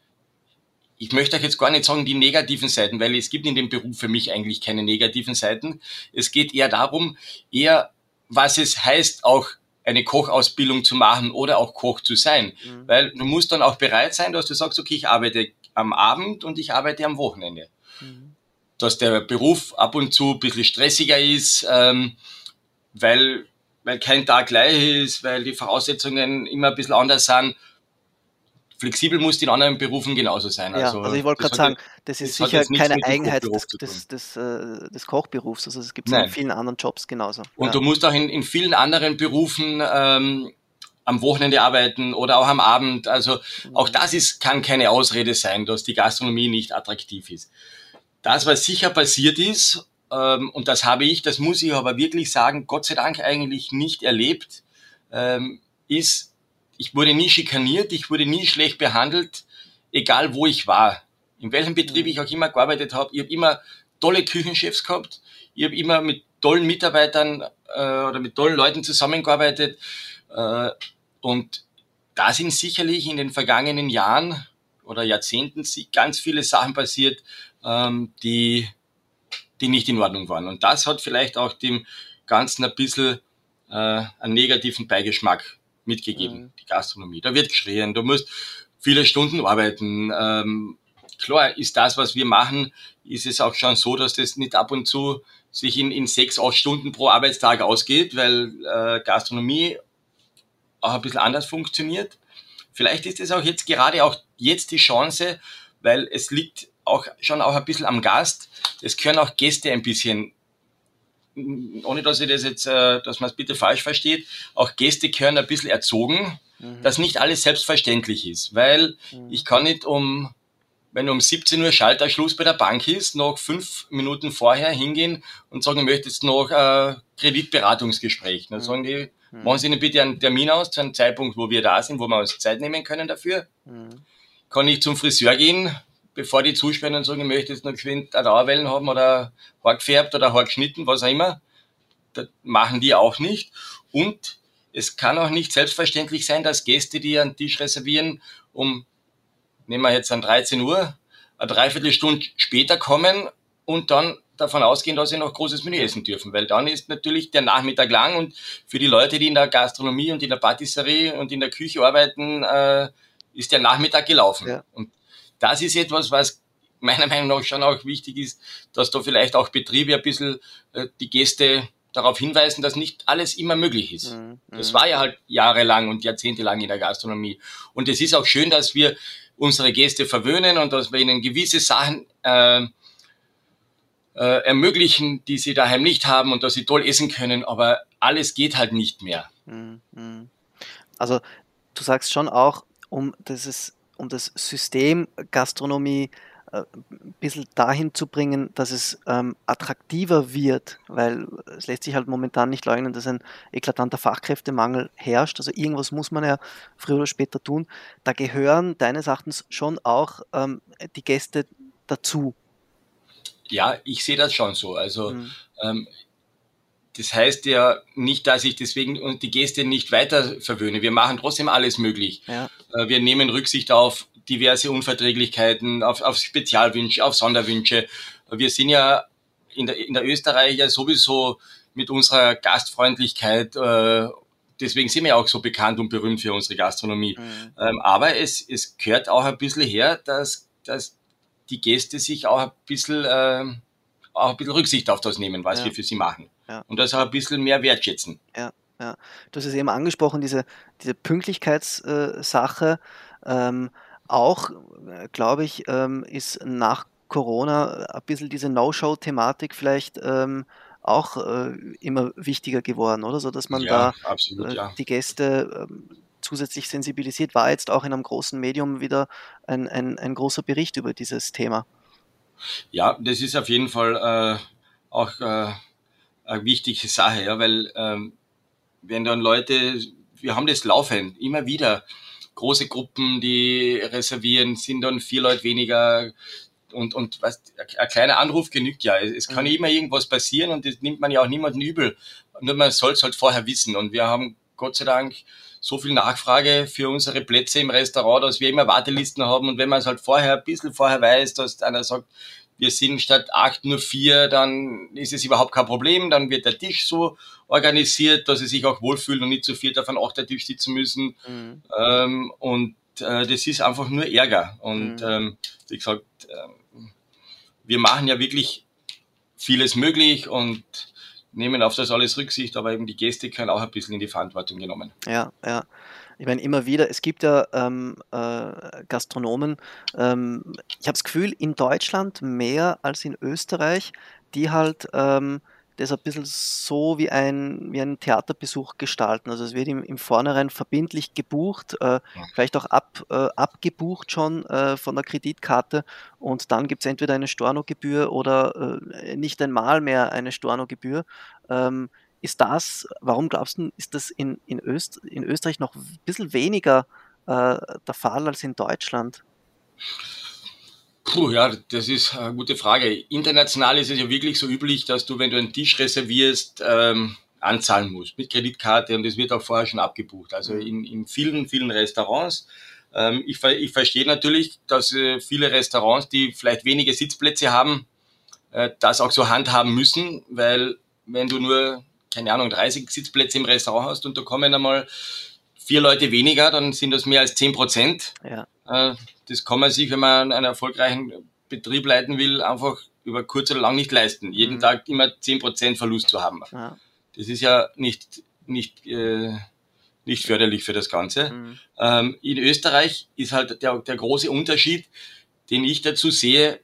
ich möchte euch jetzt gar nicht sagen, die negativen Seiten, weil es gibt in dem Beruf für mich eigentlich keine negativen Seiten. Es geht eher darum, eher, was es heißt, auch eine Kochausbildung zu machen oder auch Koch zu sein. mhm, Weil du musst dann auch bereit sein, dass du sagst, okay, ich arbeite am Abend und ich arbeite am Wochenende. mhm, Dass der Beruf ab und zu ein bisschen stressiger ist, ähm, weil, weil kein Tag gleich ist, weil die Voraussetzungen immer ein bisschen anders sind. Flexibel muss in anderen Berufen genauso sein. ja, also Also ich wollte das gerade hat, sagen, das ist das hat sicher jetzt nichts keine mit dem Eigenheit Kochberuf des, zu tun. des, des, äh, des Kochberufs, also es gibt es in Nein. vielen anderen Jobs genauso. Und Ja, du musst auch in, in vielen anderen Berufen ähm, am Wochenende arbeiten oder auch am Abend. Also auch mhm, das ist, kann keine Ausrede sein, dass die Gastronomie nicht attraktiv ist. Das, was sicher passiert ist, ähm, und das habe ich, das muss ich aber wirklich sagen, Gott sei Dank eigentlich nicht erlebt, ähm, ist, ich wurde nie schikaniert, ich wurde nie schlecht behandelt, egal wo ich war. In welchem Betrieb mhm, ich auch immer gearbeitet habe. Ich habe immer tolle Küchenchefs gehabt. Ich habe immer mit tollen Mitarbeitern äh, oder mit tollen Leuten zusammengearbeitet. Äh, und da sind sicherlich in den vergangenen Jahren oder Jahrzehnten ganz viele Sachen passiert, ähm, die, die nicht in Ordnung waren. Und das hat vielleicht auch dem Ganzen ein bisschen äh, einen negativen Beigeschmack mitgegeben, mhm, die Gastronomie. Da wird geschrien, du musst viele Stunden arbeiten. Ähm, klar ist das, was wir machen, ist es auch schon so, dass das nicht ab und zu sich in, in sechs, acht Stunden pro Arbeitstag ausgeht, weil äh, Gastronomie auch ein bisschen anders funktioniert. Vielleicht ist es auch jetzt gerade auch jetzt die Chance, weil es liegt auch schon auch ein bisschen am Gast. Es können auch Gäste ein bisschen, ohne dass ich das jetzt, äh, dass man es bitte falsch versteht, auch Gäste gehören ein bisschen erzogen, mhm, dass nicht alles selbstverständlich ist, weil mhm, ich kann nicht um, wenn um siebzehn Uhr Schalterschluss bei der Bank ist, noch fünf Minuten vorher hingehen und sagen, ich möchte jetzt noch äh, Kreditberatungsgespräch. Dann sagen die, mhm, machen Sie Ihnen bitte einen Termin aus zu einem Zeitpunkt, wo wir da sind, wo wir uns Zeit nehmen können dafür. mhm, Kann ich zum Friseur gehen, bevor die zusperren und sagen, ich möchte jetzt noch geschwind eine Dauerwellen haben oder Haar gefärbt oder Haar geschnitten, was auch immer. Das machen die auch nicht. Und es kann auch nicht selbstverständlich sein, dass Gäste, die einen Tisch reservieren, um, nehmen wir jetzt an dreizehn Uhr, eine Dreiviertelstunde später kommen und dann davon ausgehen, dass sie noch großes Menü essen dürfen, weil dann ist natürlich der Nachmittag lang und für die Leute, die in der Gastronomie und in der Patisserie und in der Küche arbeiten, äh, ist der Nachmittag gelaufen. ja, Und das ist etwas, was meiner Meinung nach schon auch wichtig ist, dass da vielleicht auch Betriebe ein bisschen äh, die Gäste darauf hinweisen, dass nicht alles immer möglich ist. mhm, Das mhm, war ja halt jahrelang und jahrzehntelang in der Gastronomie. Und es ist auch schön, dass wir unsere Gäste verwöhnen und dass wir ihnen gewisse Sachen äh, äh, ermöglichen, die sie daheim nicht haben und dass sie toll essen können, aber alles geht halt nicht mehr. mhm, mhm. Also du sagst schon auch, um dieses, um das System Gastronomie äh, ein bisschen dahin zu bringen, dass es ähm, attraktiver wird, weil es lässt sich halt momentan nicht leugnen, dass ein eklatanter Fachkräftemangel herrscht. Also irgendwas muss man ja früher oder später tun. Da gehören deines Erachtens schon auch ähm, die Gäste dazu. Ja, ich sehe das schon so. Also Mhm. ähm, das heißt ja nicht, dass ich deswegen die Gäste nicht weiter verwöhne. Wir machen trotzdem alles möglich. Ja. Äh, wir nehmen Rücksicht auf diverse Unverträglichkeiten, auf, auf Spezialwünsche, auf Sonderwünsche. Wir sind ja in der, in der Österreich ja sowieso mit unserer Gastfreundlichkeit, äh, deswegen sind wir ja auch so bekannt und berühmt für unsere Gastronomie. Mhm. Ähm, aber es, es gehört auch ein bisschen her, dass, dass die Gäste sich auch ein bisschen, äh, auch ein bisschen Rücksicht auf das nehmen, was Ja. wir für sie machen. Ja. Und das auch ein bisschen mehr wertschätzen. Ja, ja. Du hast es eben angesprochen, diese, diese Pünktlichkeitssache. Ähm, auch, äh, glaube ich, ähm, ist nach Corona ein bisschen diese No-Show-Thematik vielleicht ähm, auch äh, immer wichtiger geworden, oder? So dass man Ja, da absolut, äh, ja. die Gäste ähm, zusätzlich sensibilisiert. War jetzt auch in einem großen Medium wieder ein, ein, ein großer Bericht über dieses Thema. Ja, das ist auf jeden Fall äh, auch äh, eine wichtige Sache, ja, weil ähm, wenn dann Leute, wir haben das laufend, immer wieder, große Gruppen, die reservieren, sind dann vier Leute weniger und, und was, ein kleiner Anruf genügt ja. Es kann Mhm. immer irgendwas passieren und das nimmt man ja auch niemanden übel. Nur man soll es halt vorher wissen und wir haben Gott sei Dank so viel Nachfrage für unsere Plätze im Restaurant, dass wir immer Wartelisten haben und wenn man es halt vorher, ein bisschen vorher weiß, dass einer sagt, wir sind statt acht nur vier, dann ist es überhaupt kein Problem. Dann wird der Tisch so organisiert, dass sie sich auch wohlfühlen und nicht zu viert auf einem Achtertisch sitzen müssen. Mhm. Ähm, und äh, das ist einfach nur Ärger. Und Mhm. ähm, wie gesagt, äh, wir machen ja wirklich vieles möglich und nehmen auf das alles Rücksicht, aber eben die Gäste können auch ein bisschen in die Verantwortung genommen. Ja, ja. Ich meine, immer wieder, es gibt ja ähm, äh, Gastronomen, ähm, ich habe das Gefühl, in Deutschland mehr als in Österreich, die halt ähm, das ein bisschen so wie ein, wie ein Theaterbesuch gestalten. Also es wird im, im Vornherein verbindlich gebucht, äh, vielleicht auch ab, äh, abgebucht schon äh, von der Kreditkarte und dann gibt es entweder eine Stornogebühr oder äh, nicht einmal mehr eine Stornogebühr. Ähm, ist das, warum glaubst du, ist das in, in, Öst, in Österreich noch ein bisschen weniger äh, der Fall als in Deutschland? Puh, ja, das ist eine gute Frage. International ist es ja wirklich so üblich, dass du, wenn du einen Tisch reservierst, ähm, anzahlen musst mit Kreditkarte und das wird auch vorher schon abgebucht. Also in, in vielen, vielen Restaurants. Ähm, ich, ich verstehe natürlich, dass äh, viele Restaurants, die vielleicht wenige Sitzplätze haben, äh, das auch so handhaben müssen, weil wenn du nur, keine Ahnung, dreißig Sitzplätze im Restaurant hast und da kommen einmal vier Leute weniger, dann sind das mehr als zehn Prozent. Ja. Äh, das kann man sich, wenn man einen erfolgreichen Betrieb leiten will, einfach über kurz oder lang nicht leisten. Jeden Mhm. Tag immer zehn Prozent Verlust zu haben. Ja. Das ist ja nicht, nicht, äh, nicht förderlich für das Ganze. Mhm. Ähm, in Österreich ist halt der, der große Unterschied, den ich dazu sehe.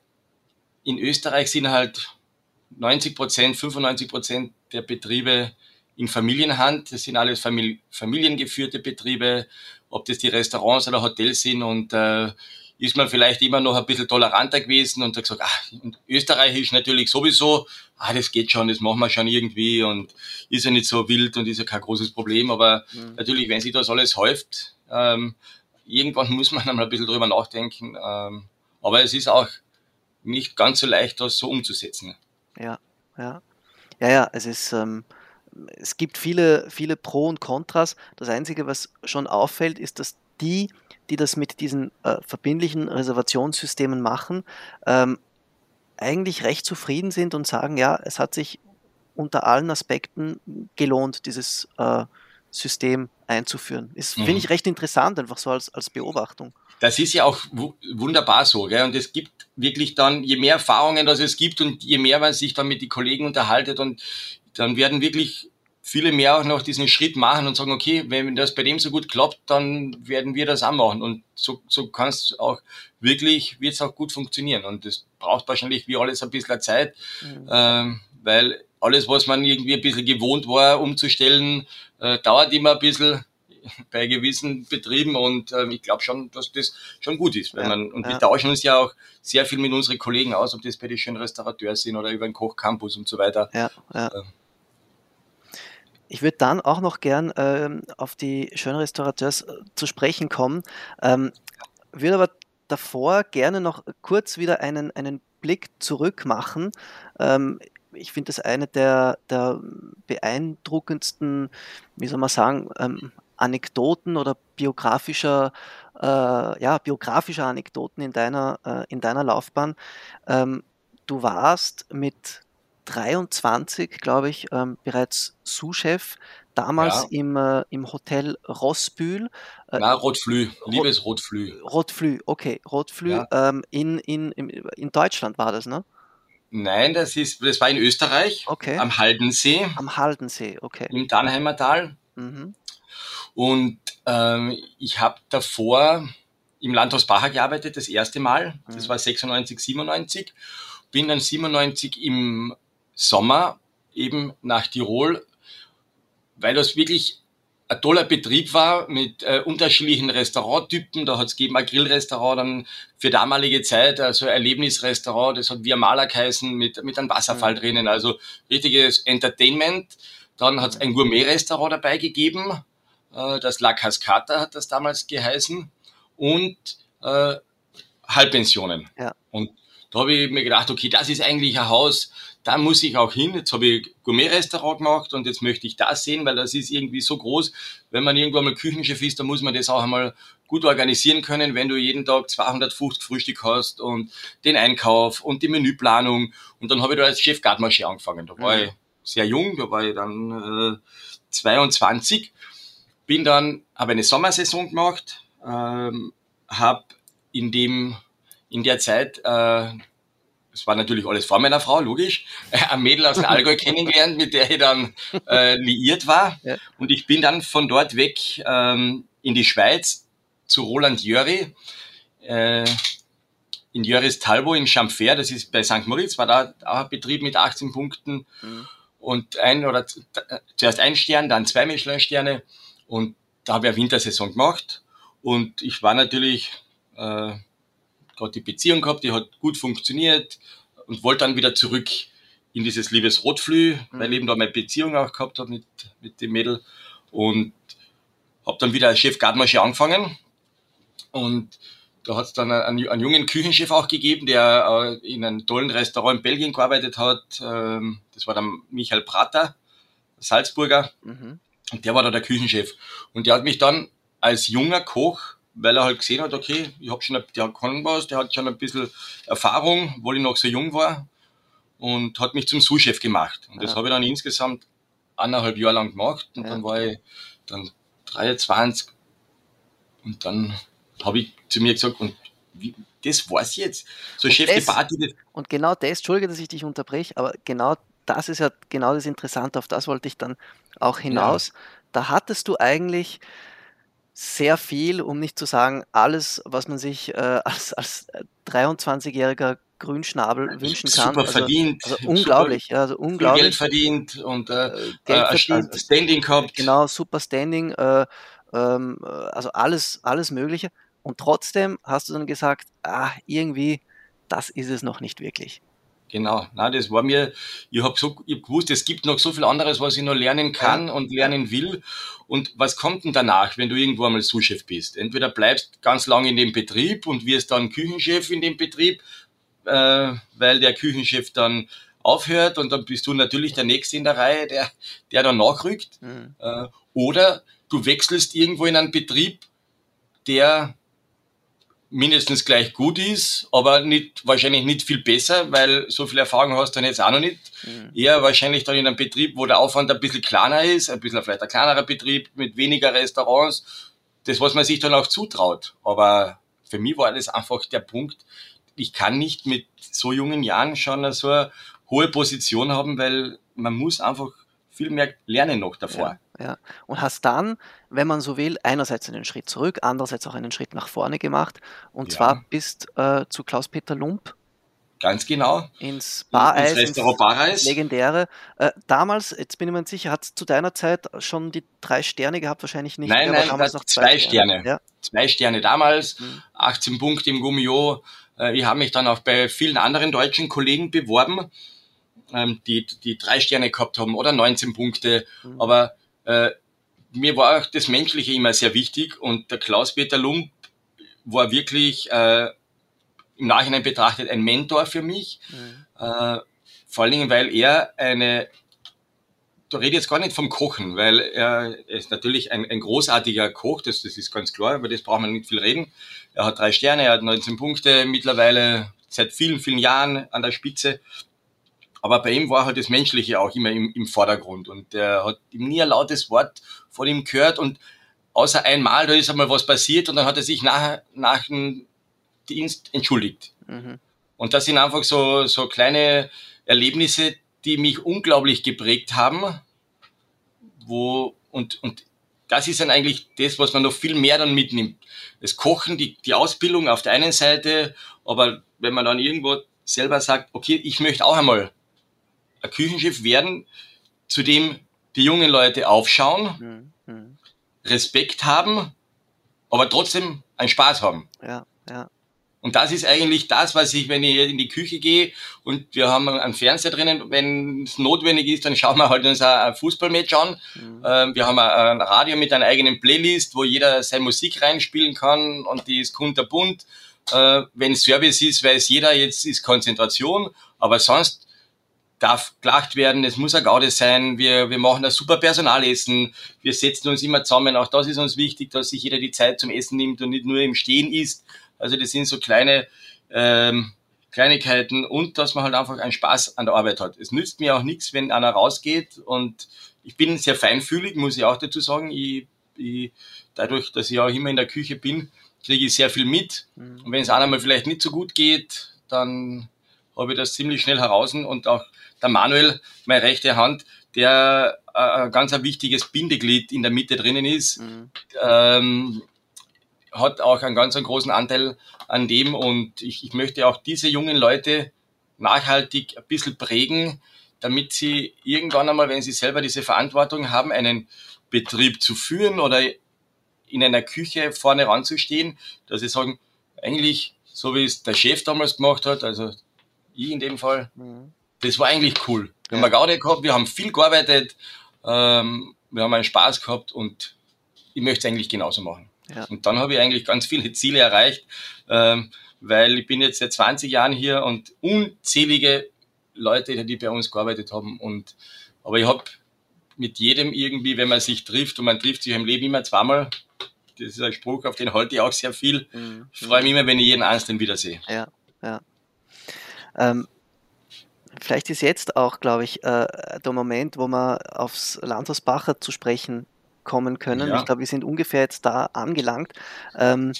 In Österreich sind halt neunzig Prozent, fünfundneunzig Prozent der Betriebe in Familienhand. Das sind alles Famili- familiengeführte Betriebe, ob das die Restaurants oder Hotels sind. Und äh, ist man vielleicht immer noch ein bisschen toleranter gewesen und hat gesagt, ach, und Österreich ist natürlich sowieso, ah, das geht schon, das machen wir schon irgendwie und ist ja nicht so wild und ist ja kein großes Problem. Aber Mhm. natürlich, wenn sich das alles häuft, ähm, irgendwann muss man einmal ein bisschen drüber nachdenken. Ähm, aber es ist auch nicht ganz so leicht, das so umzusetzen. Ja, ja. Ja, ja, es ist, ähm, es gibt viele, viele Pro und Kontras. Das Einzige, was schon auffällt, ist, dass die, die das mit diesen äh, verbindlichen Reservationssystemen machen, ähm, eigentlich recht zufrieden sind und sagen, ja, es hat sich unter allen Aspekten gelohnt, dieses äh, System einzuführen. Ist, finde Mhm. ich, recht interessant, einfach so als, als Beobachtung. Das ist ja auch wu- wunderbar so, gell? Und es gibt wirklich dann, je mehr Erfahrungen das es gibt und je mehr man sich dann mit den Kollegen unterhaltet und dann werden wirklich viele mehr auch noch diesen Schritt machen und sagen, okay, wenn das bei dem so gut klappt, dann werden wir das auch machen. Und so, so kann es auch wirklich, wird es auch gut funktionieren. Und das braucht wahrscheinlich wie alles ein bisschen Zeit, Mhm. ähm, weil alles, was man irgendwie ein bisschen gewohnt war, umzustellen, äh, dauert immer ein bisschen. bei gewissen Betrieben und ähm, ich glaube schon, dass das schon gut ist. Wenn Ja, man, und wir ja. tauschen uns ja auch sehr viel mit unseren Kollegen aus, ob das bei den schönen Restaurateurs sind oder über den Kochcampus und so weiter. Ja, ja. Ähm, Ich würde dann auch noch gern ähm, auf die schönen Restaurateurs äh, zu sprechen kommen, ähm, würde aber davor gerne noch kurz wieder einen, einen Blick zurück machen. Ähm, ich finde das eine der, der beeindruckendsten, wie soll man sagen, ähm, Anekdoten oder biografischer, äh, ja, biografischer Anekdoten in deiner, äh, in deiner Laufbahn. Ähm, du warst mit dreiundzwanzig, glaube ich, ähm, bereits Sous-Chef, damals ja, im, äh, im Hotel Rossbühl. Äh, na, Rotflü, Ro liebes Rotflü. Rotflü, okay, Rotflü, Ja. ähm, in, in, im- in Deutschland war das, ne? Nein, das ist, das war in Österreich, Okay, am Haldensee, am Haldensee, okay. im Dannheimer Tal. Mhm. Und ähm, ich habe davor im Landhaus Bacher gearbeitet, das erste Mal. Das Mhm. war sechsundneunzig, siebenundneunzig. Bin dann siebenundneunzig im Sommer eben nach Tirol, weil das wirklich ein toller Betrieb war mit äh, unterschiedlichen Restauranttypen. Da hat es gegeben ein Grillrestaurant, dann für damalige Zeit also ein Erlebnisrestaurant, das hat Via Maler geheißen, mit, mit einem Wasserfall Mhm. drinnen, also richtiges Entertainment. Dann hat es Mhm. ein Gourmet-Restaurant dabei gegeben, äh, das La Cascata hat das damals geheißen, und äh, Halbpensionen. Ja. Und da habe ich mir gedacht, okay, das ist eigentlich ein Haus, da muss ich auch hin. Jetzt habe ich Gourmet-Restaurant gemacht und jetzt möchte ich das sehen, weil das ist irgendwie so groß. Wenn man irgendwann mal Küchenchef ist, dann muss man das auch einmal gut organisieren können, wenn du jeden Tag zweihundertfünfzig Frühstück hast und den Einkauf und die Menüplanung. Und dann habe ich da als Chef Garde-Manger angefangen. Da war Mhm. ich sehr jung, da war ich dann äh, zweiundzwanzig. Bin dann, habe eine Sommersaison gemacht, ähm, habe in dem in der Zeit, äh, das war natürlich alles vor meiner Frau, logisch, äh, ein Mädel aus dem Allgäu kennengelernt, mit der ich dann äh, liiert war. Ja. Und ich bin dann von dort weg ähm, in die Schweiz zu Roland Jöri, äh, in Jöris Talbo in Champfer, das ist bei Sankt Moritz, war da auch ein Betrieb mit achtzehn Punkten Mhm. und ein oder z- zuerst ein Stern, dann zwei Michelin-Sterne, und da habe ich eine Wintersaison gemacht und ich war natürlich äh, gerade die Beziehung gehabt, die hat gut funktioniert und wollte dann wieder zurück in dieses liebes Rotflü, Mhm. weil ich eben da meine Beziehung auch gehabt habe mit, mit dem Mädel, und habe dann wieder als Chef Garde-Manger angefangen, und da hat es dann einen, einen jungen Küchenchef auch gegeben, der äh, in einem tollen Restaurant in Belgien gearbeitet hat, ähm, das war der Michael Prater, Salzburger, Mhm. und der war da der Küchenchef, und der hat mich dann als junger Koch, weil er halt gesehen hat, okay, ich hab schon, ein- der kann was, der hat schon ein bisschen Erfahrung, obwohl ich noch so jung war, und hat mich zum Sous-Chef gemacht. Und das Ja. habe ich dann insgesamt eineinhalb Jahre lang gemacht, und Ja. dann war ich dann dreiundzwanzig, und dann habe ich zu mir gesagt, und wie, das war's jetzt. So Und Chef de das- Party, das, Und genau das, Entschuldige, dass ich dich unterbreche, aber genau das ist ja genau das Interessante, auf das wollte ich dann auch hinaus. Da hattest du eigentlich sehr viel, um nicht zu sagen alles, was man sich äh, als, als äh, dreiundzwanzigjähriger Grünschnabel wünschen kann. super Also, verdient, also super unglaublich, ja, also viel Geld unglaublich. verdient und äh, Äh, äh, Geld ein verdient, ein Standing gehabt. genau, super Standing, äh, ähm, äh, also alles, alles Mögliche. Und trotzdem hast du dann gesagt, ah, irgendwie, das ist es noch nicht wirklich. Genau, na, das war mir, ich habe so, ich hab gewusst, es gibt noch so viel anderes, was ich noch lernen kann und lernen will. Und was kommt denn danach, wenn du irgendwo einmal Sous-Chef bist? Entweder bleibst ganz lange in dem Betrieb und wirst dann Küchenchef in dem Betrieb, äh, weil der Küchenchef dann aufhört, und dann bist du natürlich der Nächste in der Reihe, der, der dann nachrückt. Mhm. Äh, oder du wechselst irgendwo in einen Betrieb, der mindestens gleich gut ist, aber nicht, wahrscheinlich nicht viel besser, weil so viel Erfahrung hast du dann jetzt auch noch nicht. Mhm. Eher wahrscheinlich dann in einem Betrieb, wo der Aufwand ein bisschen kleiner ist, ein bisschen vielleicht ein kleinerer Betrieb mit weniger Restaurants, das, was man sich dann auch zutraut. Aber für mich war das einfach der Punkt, ich kann nicht mit so jungen Jahren schon so eine hohe Position haben, weil man muss einfach viel mehr lernen noch davor. Ja, ja. Und hast dann, wenn man so will, einerseits einen Schritt zurück, andererseits auch einen Schritt nach vorne gemacht. Und Ja. zwar bist äh, zu Klaus-Peter Lump Ganz genau. Ins Bareis, ins Restaurant ins Bareis. Legendäre. Äh, damals, jetzt bin ich mir nicht sicher, hat es zu deiner Zeit schon die drei Sterne gehabt? Wahrscheinlich nicht. Nein, aber nein, damals das noch zwei, zwei Sterne. Sterne. Ja. Zwei Sterne damals, Mhm. achtzehn Punkte im Gummio. Ich habe mich dann auch bei vielen anderen deutschen Kollegen beworben, die die drei Sterne gehabt haben oder neunzehn Punkte. Mhm. Aber äh, mir war auch das Menschliche immer sehr wichtig und der Klaus-Peter Lump war wirklich äh, im Nachhinein betrachtet ein Mentor für mich. Mhm. Äh, vor allen Dingen, weil er eine, da rede ich jetzt gar nicht vom Kochen, weil er, er ist natürlich ein, ein großartiger Koch, das, das ist ganz klar, über das braucht man nicht viel reden. Er hat drei Sterne, er hat neunzehn Punkte, mittlerweile seit vielen, vielen Jahren an der Spitze. Aber bei ihm war halt das Menschliche auch immer im, im Vordergrund und er hat nie ein lautes Wort von ihm gehört und außer einmal, da ist einmal was passiert und dann hat er sich nach, nach dem Dienst entschuldigt. Mhm. Und das sind einfach so, so kleine Erlebnisse, die mich unglaublich geprägt haben, wo, und, und das ist dann eigentlich das, was man noch viel mehr dann mitnimmt. Das Kochen, die, die Ausbildung auf der einen Seite, aber wenn man dann irgendwo selber sagt, okay, ich möchte auch einmal ein Küchenchef werden, zu dem die jungen Leute aufschauen, mhm. Respekt haben, aber trotzdem einen Spaß haben. Ja, ja. Und das ist eigentlich das, was ich, wenn ich in die Küche gehe und wir haben einen Fernseher drinnen, wenn es notwendig ist, dann schauen wir halt uns ein Fußballmatch an. Mhm. Ähm, wir haben ein Radio mit einer eigenen Playlist, wo jeder seine Musik reinspielen kann und die ist kunterbunt. Äh, wenn Service ist, weiß jeder, jetzt ist Konzentration, aber sonst darf gelacht werden, es muss ein Gaude sein, wir, wir machen ein super Personalessen, wir setzen uns immer zusammen, auch das ist uns wichtig, dass sich jeder die Zeit zum Essen nimmt und nicht nur im Stehen isst. Also das sind so kleine ähm, Kleinigkeiten und dass man halt einfach einen Spaß an der Arbeit hat. Es nützt mir auch nichts, wenn einer rausgeht und ich bin sehr feinfühlig, muss ich auch dazu sagen. Ich, ich, dadurch, dass ich auch immer in der Küche bin, kriege ich sehr viel mit. Mhm. Und wenn es einem mal vielleicht nicht so gut geht, dann habe ich das ziemlich schnell heraus und auch der Manuel, meine rechte Hand, der äh, ein ganz ein wichtiges Bindeglied in der Mitte drinnen ist, mhm. ähm, hat auch einen ganz einen großen Anteil an dem und ich, ich möchte auch diese jungen Leute nachhaltig ein bisschen prägen, damit sie irgendwann einmal, wenn sie selber diese Verantwortung haben, einen Betrieb zu führen oder in einer Küche vorne ranzustehen, dass sie sagen, eigentlich, so wie es der Chef damals gemacht hat, also ich in dem Fall, mhm. das war eigentlich cool. Wir ja. haben eine Gaude gehabt, wir haben viel gearbeitet, ähm, wir haben einen Spaß gehabt und ich möchte es eigentlich genauso machen. Ja. Und dann habe ich eigentlich ganz viele Ziele erreicht, ähm, weil ich bin jetzt seit zwanzig Jahren hier und unzählige Leute, die bei uns gearbeitet haben. Und aber ich habe mit jedem irgendwie, wenn man sich trifft und man trifft sich im Leben immer zweimal, das ist ein Spruch, auf den halte ich auch sehr viel. Mhm. Ich freue mich immer, wenn ich jeden Einzelnen wiedersehe. Ja, ja. Ähm, vielleicht ist jetzt auch, glaube ich, äh, der Moment, wo wir aufs Landhaus Bacher zu sprechen kommen können. Ja. Ich glaube, wir sind ungefähr jetzt da angelangt. Ähm,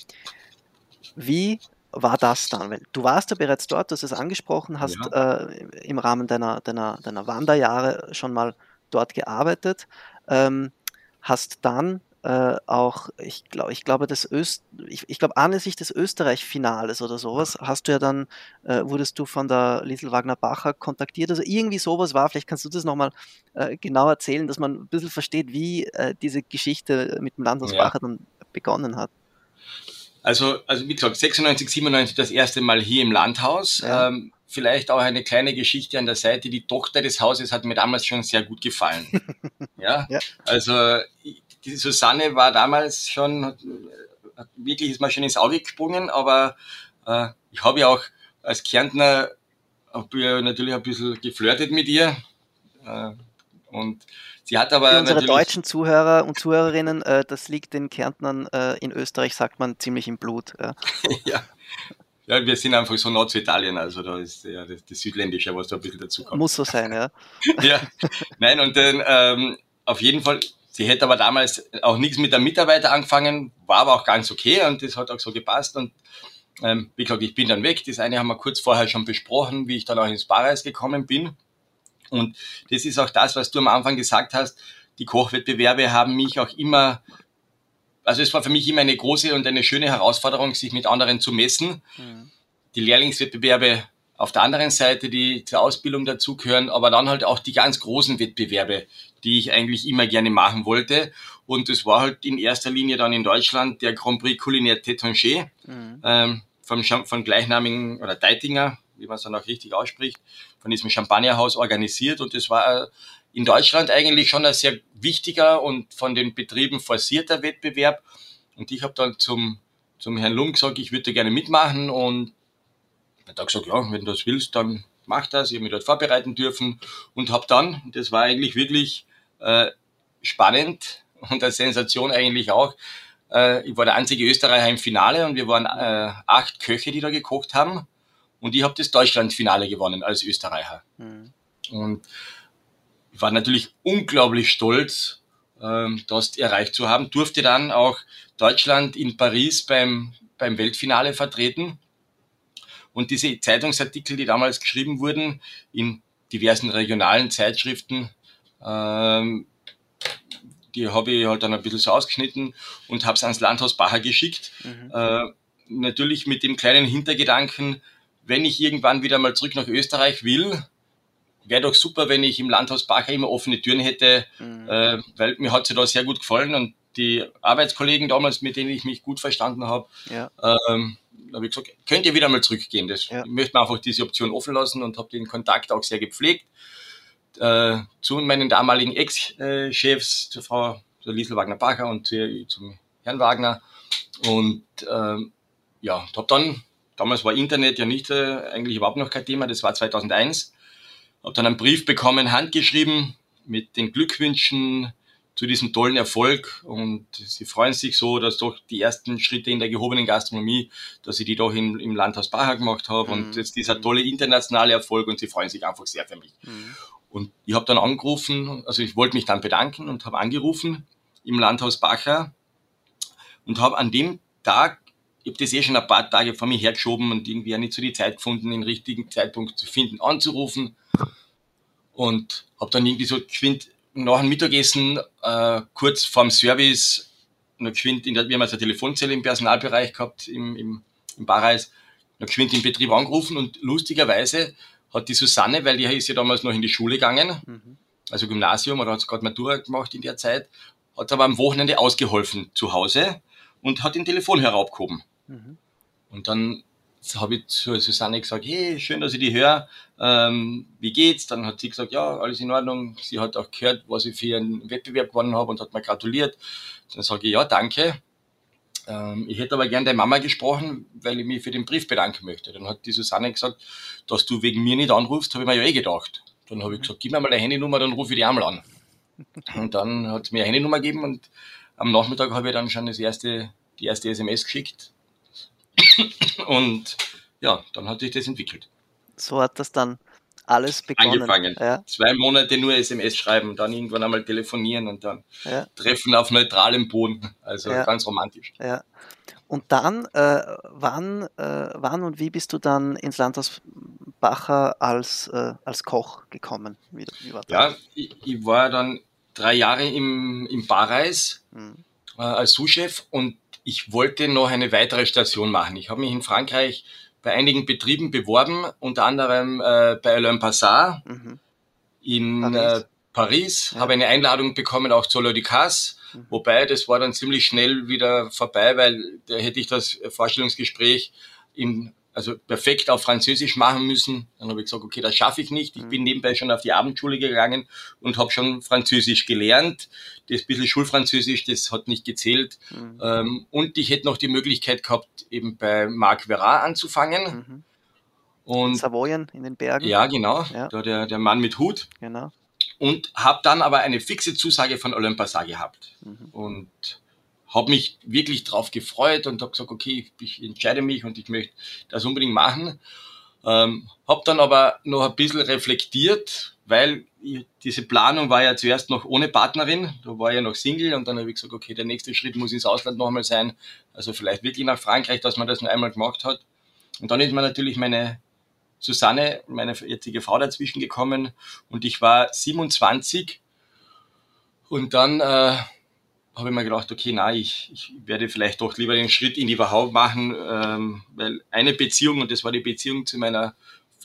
wie war das dann? Weil du warst ja bereits dort, du hast es angesprochen, hast ja. äh, im Rahmen deiner, deiner, deiner Wanderjahre schon mal dort gearbeitet, ähm, hast dann äh, auch, ich glaube, ich glaube, das Öst, ich, ich glaube, anlässlich des Österreich-Finales oder sowas, hast du ja dann, äh, wurdest du von der Liesl Wagner-Bacher kontaktiert, also irgendwie sowas war, vielleicht kannst du das nochmal äh, genau erzählen, dass man ein bisschen versteht, wie äh, diese Geschichte mit dem Landhaus ja. Bacher dann begonnen hat. Also, also wie gesagt, sechsundneunzig, siebenundneunzig das erste Mal hier im Landhaus. Ja. Ähm, vielleicht auch eine kleine Geschichte an der Seite. Die Tochter des Hauses hat mir damals schon sehr gut gefallen. ja? ja, also die Susanne war damals schon, hat, hat, wirklich ist mir schon ins Auge gesprungen, aber äh, ich habe ja auch als Kärntner hab ja natürlich ein bisschen geflirtet mit ihr. Äh, und sie hat aber für unsere deutschen Zuhörer und Zuhörerinnen, äh, das liegt den Kärntnern äh, in Österreich, sagt man, ziemlich im Blut. Ja. ja. ja, wir sind einfach so nah zu Italien, also da ist ja das, das Südländische, was da ein bisschen dazu kommt. Muss so sein, ja. ja, nein, und dann ähm, auf jeden Fall, sie hätte aber damals auch nichts mit der Mitarbeiter angefangen, war aber auch ganz okay und das hat auch so gepasst und ähm, wie gesagt, ich bin dann weg. Das eine haben wir kurz vorher schon besprochen, wie ich dann auch ins Bareis gekommen bin. Und das ist auch das, was du am Anfang gesagt hast. Die Kochwettbewerbe haben mich auch immer, also es war für mich immer eine große und eine schöne Herausforderung, sich mit anderen zu messen. Mhm. Die Lehrlingswettbewerbe auf der anderen Seite die zur Ausbildung dazugehören, aber dann halt auch die ganz großen Wettbewerbe, die ich eigentlich immer gerne machen wollte. Und das war halt in erster Linie dann in Deutschland der Grand Prix Culinaire Tétanger, mhm. ähm, vom, vom gleichnamigen, oder Deitinger, wie man es dann auch richtig ausspricht, von diesem Champagnerhaus organisiert. Und das war in Deutschland eigentlich schon ein sehr wichtiger und von den Betrieben forcierter Wettbewerb. Und ich habe dann zum, zum Herrn Lum gesagt, ich würde gerne mitmachen. Und er hat gesagt, ja, wenn du das willst, dann mach das. Ich habe mich dort vorbereiten dürfen und habe dann, das war eigentlich wirklich äh, spannend und eine Sensation eigentlich auch, äh, ich war der einzige Österreicher im Finale und wir waren äh, acht Köche, die da gekocht haben. Und ich habe das Deutschlandfinale gewonnen als Österreicher. Mhm. Und ich war natürlich unglaublich stolz, ähm, das erreicht zu haben. Durfte dann auch Deutschland in Paris beim, beim Weltfinale vertreten. Und diese Zeitungsartikel, die damals geschrieben wurden, in diversen regionalen Zeitschriften, ähm, die habe ich halt dann ein bisschen so ausgeschnitten und habe es ans Landhaus Bacher geschickt. Mhm. Äh, natürlich mit dem kleinen Hintergedanken, wenn ich irgendwann wieder mal zurück nach Österreich will, wäre doch super, wenn ich im Landhaus Bacher immer offene Türen hätte, mhm. äh, weil mir hat sie da sehr gut gefallen und die Arbeitskollegen damals, mit denen ich mich gut verstanden habe, ja. ähm, da habe ich gesagt, könnt ihr wieder mal zurückgehen. Das, ja. Ich möchte mir einfach diese Option offen lassen und habe den Kontakt auch sehr gepflegt äh, zu meinen damaligen Ex-Chefs, zur Frau zur Liesl Wagner-Bacher und zu, zum Herrn Wagner. Und ähm, ja, habe dann, damals war Internet ja nicht, äh, eigentlich überhaupt noch kein Thema, das war zweitausendeins. Habe dann einen Brief bekommen, handgeschrieben, mit den Glückwünschen zu diesem tollen Erfolg. Und sie freuen sich so, dass doch die ersten Schritte in der gehobenen Gastronomie, dass ich die doch im, im Landhaus Bacher gemacht habe. Mhm. Und jetzt dieser tolle internationale Erfolg und sie freuen sich einfach sehr für mich. Mhm. Und ich habe dann angerufen, also ich wollte mich dann bedanken und habe angerufen im Landhaus Bacher und habe an dem Tag, ich habe das eh schon ein paar Tage vor mir hergeschoben und irgendwie auch nicht so die Zeit gefunden, den richtigen Zeitpunkt zu finden, anzurufen. Und habe dann irgendwie so geschwind nach dem Mittagessen, äh, kurz vorm Service, noch geschwind, in der, wir haben also eine Telefonzelle im Personalbereich gehabt, im, im, im Barreis, noch geschwind im Betrieb angerufen und lustigerweise hat die Susanne, weil die ist ja damals noch in die Schule gegangen, mhm. also Gymnasium, oder hat gerade Matura gemacht in der Zeit, hat aber am Wochenende ausgeholfen zu Hause und hat den Telefonhörer abgehoben. Mhm. Und dann habe ich zu Susanne gesagt, hey, schön, dass ich die höre, ähm, wie geht's? Dann hat sie gesagt, ja, alles in Ordnung. Sie hat auch gehört, was ich für einen Wettbewerb gewonnen habe und hat mir gratuliert. Dann sage ich, ja, danke. Ähm, ich hätte aber gern deine Mama gesprochen, weil ich mich für den Brief bedanken möchte. Dann hat die Susanne gesagt, dass du wegen mir nicht anrufst, habe ich mir ja eh gedacht. Dann habe ich gesagt, gib mir mal deine Handynummer, dann rufe ich die einmal an. Und dann hat sie mir eine Handynummer gegeben und am Nachmittag habe ich dann schon das erste, die erste S M S geschickt. Und ja, dann hat sich das entwickelt. So hat das dann alles begonnen. Angefangen. Ja. Zwei Monate nur S M S schreiben, dann irgendwann einmal telefonieren und dann ja. Treffen auf neutralem Boden. Also ja. ganz romantisch. Ja. Und dann, äh, wann, äh, wann und wie bist du dann ins Landhaus Bacher als, äh, als Koch gekommen? Wie, wie war das? Ja, ich, ich war dann drei Jahre im, im Barreis mhm. äh, als Sous-Chef und ich wollte noch eine weitere Station machen. Ich habe mich in Frankreich bei einigen Betrieben beworben, unter anderem äh, bei Alain Passard mhm. in Paris, äh, Paris ja. habe eine Einladung bekommen, auch zu L'Eau du Casse, mhm. wobei das war dann ziemlich schnell wieder vorbei, weil da hätte ich das Vorstellungsgespräch in, also perfekt auf Französisch machen müssen. Dann habe ich gesagt, okay, das schaffe ich nicht. Ich mhm. bin nebenbei schon auf die Abendschule gegangen und habe schon Französisch gelernt. Das bisschen Schulfranzösisch, das hat nicht gezählt. Mhm. Ähm, und ich hätte noch die Möglichkeit gehabt, eben bei Marc Verrat anzufangen. Mhm. Und in Savoyen, in den Bergen. Ja, genau. Ja. Da der, der Mann mit Hut. Genau. Und habe dann aber eine fixe Zusage von Alain Passard gehabt. Mhm. Und habe mich wirklich drauf gefreut und habe gesagt, okay, ich entscheide mich und ich möchte das unbedingt machen. Ähm, habe dann aber noch ein bisschen reflektiert, weil ich, diese Planung war ja zuerst noch ohne Partnerin, da war ich ja noch Single und dann habe ich gesagt, okay, der nächste Schritt muss ins Ausland nochmal sein, also vielleicht wirklich nach Frankreich, dass man das noch einmal gemacht hat. Und dann ist mir natürlich meine Susanne, meine jetzige Frau, dazwischen gekommen und ich war siebenundzwanzig und dann äh, habe ich mir gedacht, okay, na, ich, ich werde vielleicht doch lieber den Schritt in die Wahau machen, ähm, weil eine Beziehung, und das war die Beziehung zu meiner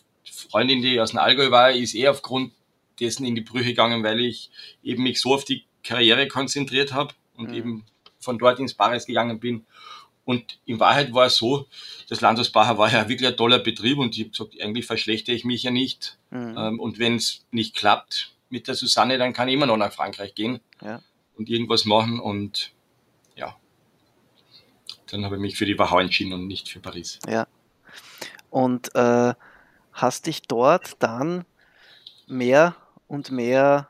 Freundin, die aus dem Allgäu war, ist eher aufgrund dessen in die Brüche gegangen, weil ich eben mich so auf die Karriere konzentriert habe und mhm. eben von dort ins Bares gegangen bin. Und in Wahrheit war es so, das Landhaus Bacher war ja wirklich ein toller Betrieb und ich habe gesagt, eigentlich verschlechtere ich mich ja nicht. Mhm. Ähm, und wenn es nicht klappt mit der Susanne, dann kann ich immer noch nach Frankreich gehen ja. und irgendwas machen. Und ja, dann habe ich mich für die Wachau entschieden und nicht für Paris. Ja. Und äh, hast dich dort dann mehr und mehr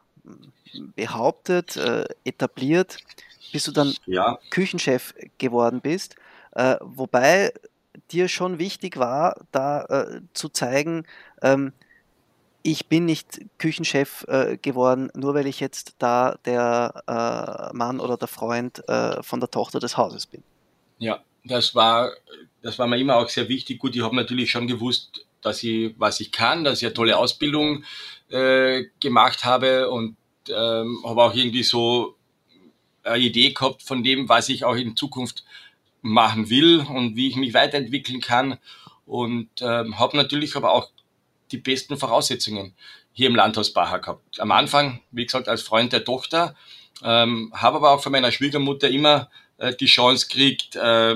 behauptet, äh, etabliert, bis du dann ja. Küchenchef geworden bist, äh, wobei dir schon wichtig war, da äh, zu zeigen, ähm, ich bin nicht Küchenchef äh, geworden, nur weil ich jetzt da der äh, Mann oder der Freund äh, von der Tochter des Hauses bin. Ja, das war, das war mir immer auch sehr wichtig. Gut, ich habe natürlich schon gewusst, dass ich, was ich kann, dass ich eine tolle Ausbildung äh, gemacht habe und ähm, habe auch irgendwie so eine Idee gehabt von dem, was ich auch in Zukunft machen will und wie ich mich weiterentwickeln kann und ähm, habe natürlich aber auch die besten Voraussetzungen hier im Landhaus Bacher gehabt. Am Anfang, wie gesagt, als Freund der Tochter, ähm, habe aber auch von meiner Schwiegermutter immer äh, die Chance gekriegt, äh,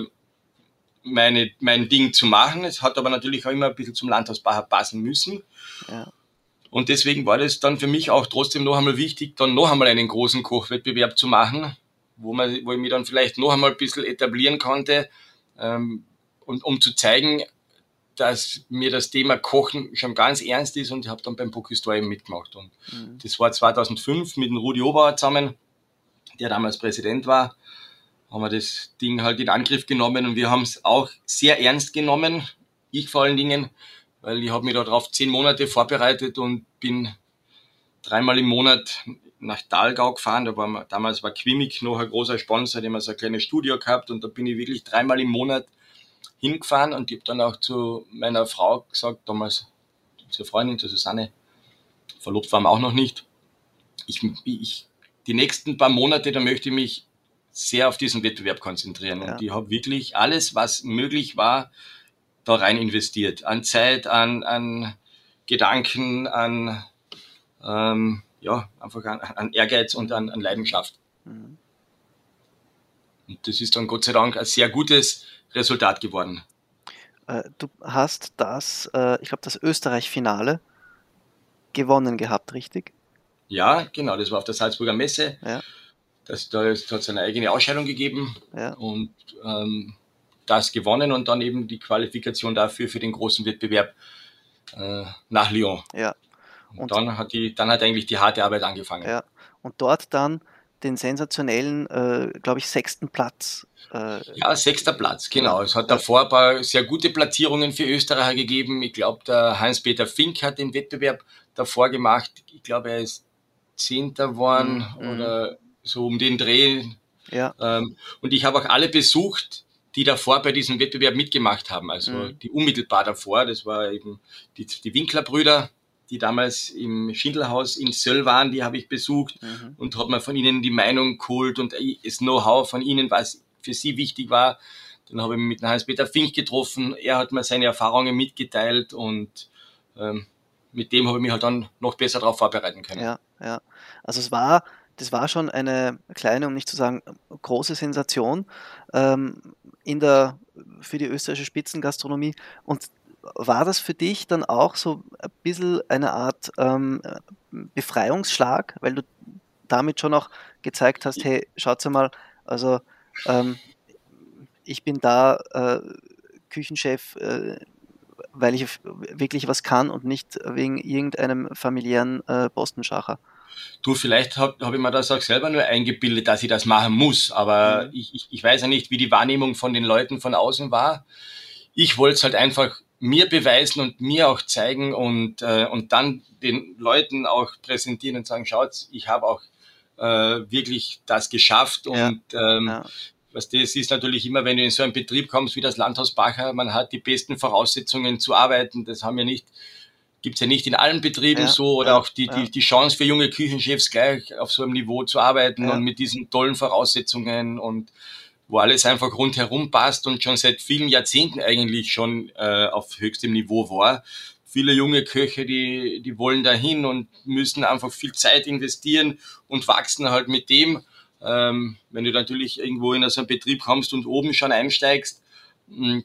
meine, mein Ding zu machen. Es hat aber natürlich auch immer ein bisschen zum Landhaus Bacher passen müssen. Ja. Und deswegen war das dann für mich auch trotzdem noch einmal wichtig, dann noch einmal einen großen Kochwettbewerb zu machen, wo, man, wo ich mich dann vielleicht noch einmal ein bisschen etablieren konnte, ähm, und um zu zeigen, dass mir das Thema Kochen schon ganz ernst ist, und ich habe dann beim Bocuse d'Or eben mitgemacht. Und mhm. das war zweitausendfünf mit dem Rudi Oberauer zusammen, der damals Präsident war, haben wir das Ding halt in Angriff genommen und wir haben es auch sehr ernst genommen, ich vor allen Dingen, weil ich habe mich darauf zehn Monate vorbereitet und bin dreimal im Monat nach Thalgau gefahren. Da war, damals war Quimic noch ein großer Sponsor, die haben so ein kleines Studio gehabt und da bin ich wirklich dreimal im Monat hingefahren und ich habe dann auch zu meiner Frau gesagt, damals zur Freundin, zur Susanne, verlobt waren wir auch noch nicht, ich, ich, die nächsten paar Monate, da möchte ich mich sehr auf diesen Wettbewerb konzentrieren. Ja. Und ich habe wirklich alles, was möglich war, da rein investiert. An Zeit, an, an Gedanken, an, ähm, ja, einfach an, an Ehrgeiz und an, an Leidenschaft. Mhm. Und das ist dann Gott sei Dank ein sehr gutes Resultat geworden. Äh, du hast das, äh, ich glaube, das Österreich-Finale gewonnen gehabt, richtig? Ja, genau, das war auf der Salzburger Messe. Ja. Das, da hat es eine eigene Ausscheidung gegeben ja. und ähm, das gewonnen und dann eben die Qualifikation dafür für den großen Wettbewerb äh, nach Lyon. Ja. Und, und dann hat die, dann hat eigentlich die harte Arbeit angefangen. Ja. Und dort dann den sensationellen, äh, glaube ich, sechsten Platz. Äh, ja, sechster Platz, genau. Ja. Es hat davor ein paar sehr gute Platzierungen für Österreicher gegeben. Ich glaube, der Heinz-Peter Fink hat den Wettbewerb davor gemacht. Ich glaube, er ist Zehnter geworden mhm. oder so um den Dreh. Ja. Ähm, und ich habe auch alle besucht, die davor bei diesem Wettbewerb mitgemacht haben. Also mhm. die unmittelbar davor, das war eben die, die Winkler-Brüder, die damals im Schindelhaus in Söll waren, die habe ich besucht mhm. und habe mir von ihnen die Meinung geholt und das Know-how von ihnen, was für sie wichtig war. Dann habe ich mich mit Heinz-Peter Fink getroffen, er hat mir seine Erfahrungen mitgeteilt und ähm, mit dem habe ich mich halt dann noch besser darauf vorbereiten können. Ja, ja. Also es war, das war schon eine kleine, um nicht zu sagen große Sensation ähm, in der, für die österreichische Spitzengastronomie. Und war das für dich dann auch so ein bisschen eine Art ähm, Befreiungsschlag, weil du damit schon auch gezeigt hast, hey, schaut mal, also ähm, ich bin da äh, Küchenchef, äh, weil ich wirklich was kann und nicht wegen irgendeinem familiären äh, Postenschacher. Du, vielleicht habe hab ich mir das auch selber nur eingebildet, dass ich das machen muss, aber mhm. ich, ich, ich weiß ja nicht, wie die Wahrnehmung von den Leuten von außen war. Ich wollte es halt einfach mir beweisen und mir auch zeigen und, äh, und dann den Leuten auch präsentieren und sagen, schaut, ich habe auch äh, wirklich das geschafft und ja. Ähm, ja. Was das ist natürlich immer, wenn du in so einen Betrieb kommst wie das Landhaus Bacher, man hat die besten Voraussetzungen zu arbeiten, das haben wir nicht, gibt's ja nicht in allen Betrieben ja, so oder ja, auch die, ja. die, die Chance für junge Küchenchefs gleich auf so einem Niveau zu arbeiten ja. und mit diesen tollen Voraussetzungen und wo alles einfach rundherum passt und schon seit vielen Jahrzehnten eigentlich schon äh, auf höchstem Niveau war. viele junge Köche, die, die wollen dahin und müssen einfach viel Zeit investieren und wachsen halt mit dem. Ähm, wenn du natürlich irgendwo in so einen Betrieb kommst und oben schon einsteigst, mh,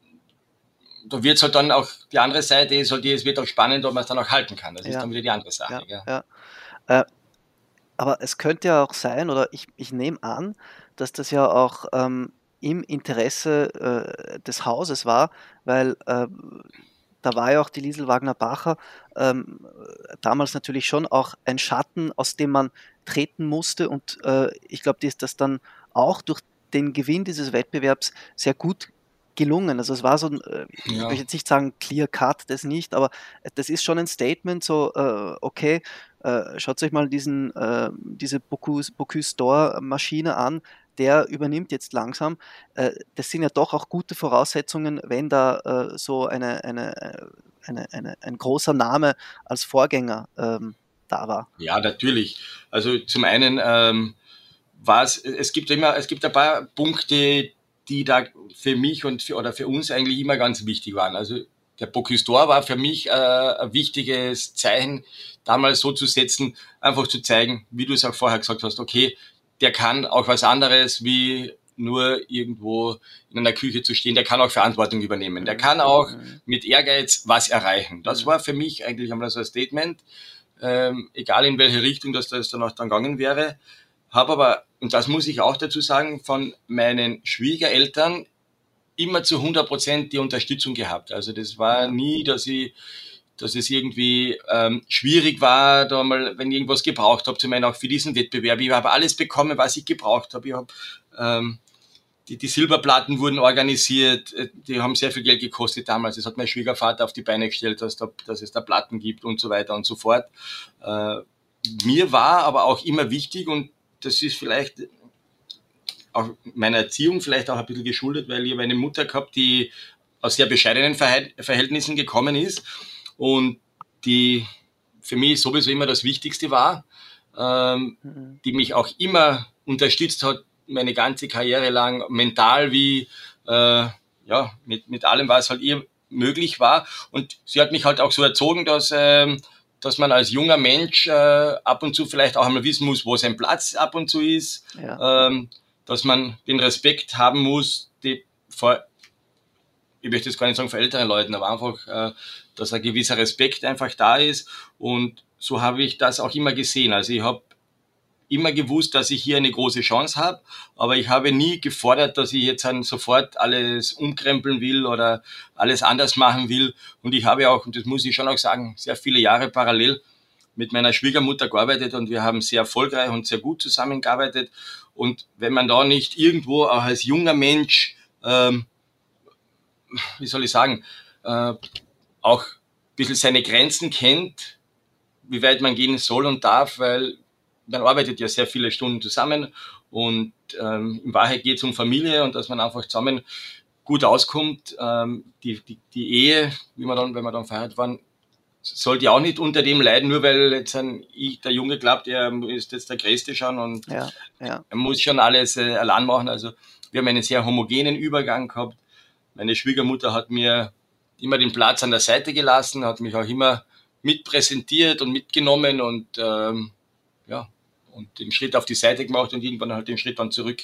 da wird es halt dann auch, die andere Seite ist halt, es wird auch spannend, ob man es dann auch halten kann. Das ja. ist dann wieder die andere Sache. Ja, ja. Äh, aber es könnte ja auch sein, oder ich, ich nehme an, dass das ja auch ähm, im Interesse äh, des Hauses war, weil äh, da war ja auch die Liesl Wagner-Bacher ähm, damals natürlich schon auch ein Schatten, aus dem man treten musste, und äh, ich glaube, die ist das dann auch durch den Gewinn dieses Wettbewerbs sehr gut gelungen. Also es war so ein, äh, ich Ja. möchte jetzt nicht sagen Clear Cut, das nicht, aber das ist schon ein Statement, so äh, okay, äh, schaut euch mal diesen, äh, diese Bocuse, Bocuse d'Or Maschine an, der übernimmt jetzt langsam. Äh, das sind ja doch auch gute Voraussetzungen, wenn da äh, so eine, eine, eine, eine, ein großer Name als Vorgänger ähm, da war. Ja, natürlich. Also zum einen ähm, war es, es gibt immer, es gibt ein paar Punkte, die da für mich und für, oder für uns eigentlich immer ganz wichtig waren. Also der Bocuse d'Or war für mich äh, ein wichtiges Zeichen, damals so zu setzen, einfach zu zeigen, wie du es auch vorher gesagt hast, okay, der kann auch was anderes, wie nur irgendwo in einer Küche zu stehen, der kann auch Verantwortung übernehmen, der kann auch mit Ehrgeiz was erreichen. Das war für mich eigentlich einmal so ein Statement, ähm, egal in welche Richtung das, das dann auch dann gegangen wäre. Habe aber, und das muss ich auch dazu sagen, von meinen Schwiegereltern immer zu hundert Prozent die Unterstützung gehabt. Also das war nie, dass ich, dass es irgendwie ähm, schwierig war, da mal, wenn ich irgendwas gebraucht habe, zum einen auch für diesen Wettbewerb. Ich habe alles bekommen, was ich gebraucht habe. Ich habe ähm, die, die Silberplatten wurden organisiert, die haben sehr viel Geld gekostet damals. Das hat mein Schwiegervater auf die Beine gestellt, dass, da, dass es da Platten gibt und so weiter und so fort. Äh, mir war aber auch immer wichtig, und das ist vielleicht auch meiner Erziehung vielleicht auch ein bisschen geschuldet, weil ich habe eine Mutter gehabt, die aus sehr bescheidenen Verhältnissen gekommen ist und die für mich sowieso immer das Wichtigste war, ähm, mhm. die mich auch immer unterstützt hat, meine ganze Karriere lang, mental wie äh, ja mit, mit allem, was halt ihr möglich war. Und sie hat mich halt auch so erzogen, dass ähm, dass man als junger Mensch äh, ab und zu vielleicht auch einmal wissen muss, wo sein Platz ab und zu ist, ja. ähm, dass man den Respekt haben muss, die vor, ich möchte jetzt gar nicht sagen vor älteren Leuten, aber einfach, äh, dass ein gewisser Respekt einfach da ist, und so habe ich das auch immer gesehen. Also ich habe immer gewusst, dass ich hier eine große Chance habe, aber ich habe nie gefordert, dass ich jetzt dann sofort alles umkrempeln will oder alles anders machen will. Und ich habe auch, und das muss ich schon auch sagen, sehr viele Jahre parallel mit meiner Schwiegermutter gearbeitet, und wir haben sehr erfolgreich und sehr gut zusammengearbeitet. Und wenn man da nicht irgendwo auch als junger Mensch, ähm, wie soll ich sagen, äh, auch ein bisschen seine Grenzen kennt, wie weit man gehen soll und darf, weil man arbeitet ja sehr viele Stunden zusammen, und ähm, in Wahrheit geht es um Familie und dass man einfach zusammen gut auskommt. Ähm, die, die, die Ehe, wie man dann, wenn wir dann verheiratet waren, sollte auch nicht unter dem leiden, nur weil jetzt ein, ich, der Junge glaubt, er ist jetzt der Größte schon und ja, ja. er muss schon alles äh, allein machen. Also wir haben einen sehr homogenen Übergang gehabt. Meine Schwiegermutter hat mir immer den Platz an der Seite gelassen, hat mich auch immer mitpräsentiert und mitgenommen und ähm, ja, und den Schritt auf die Seite gemacht und irgendwann halt den Schritt dann zurück.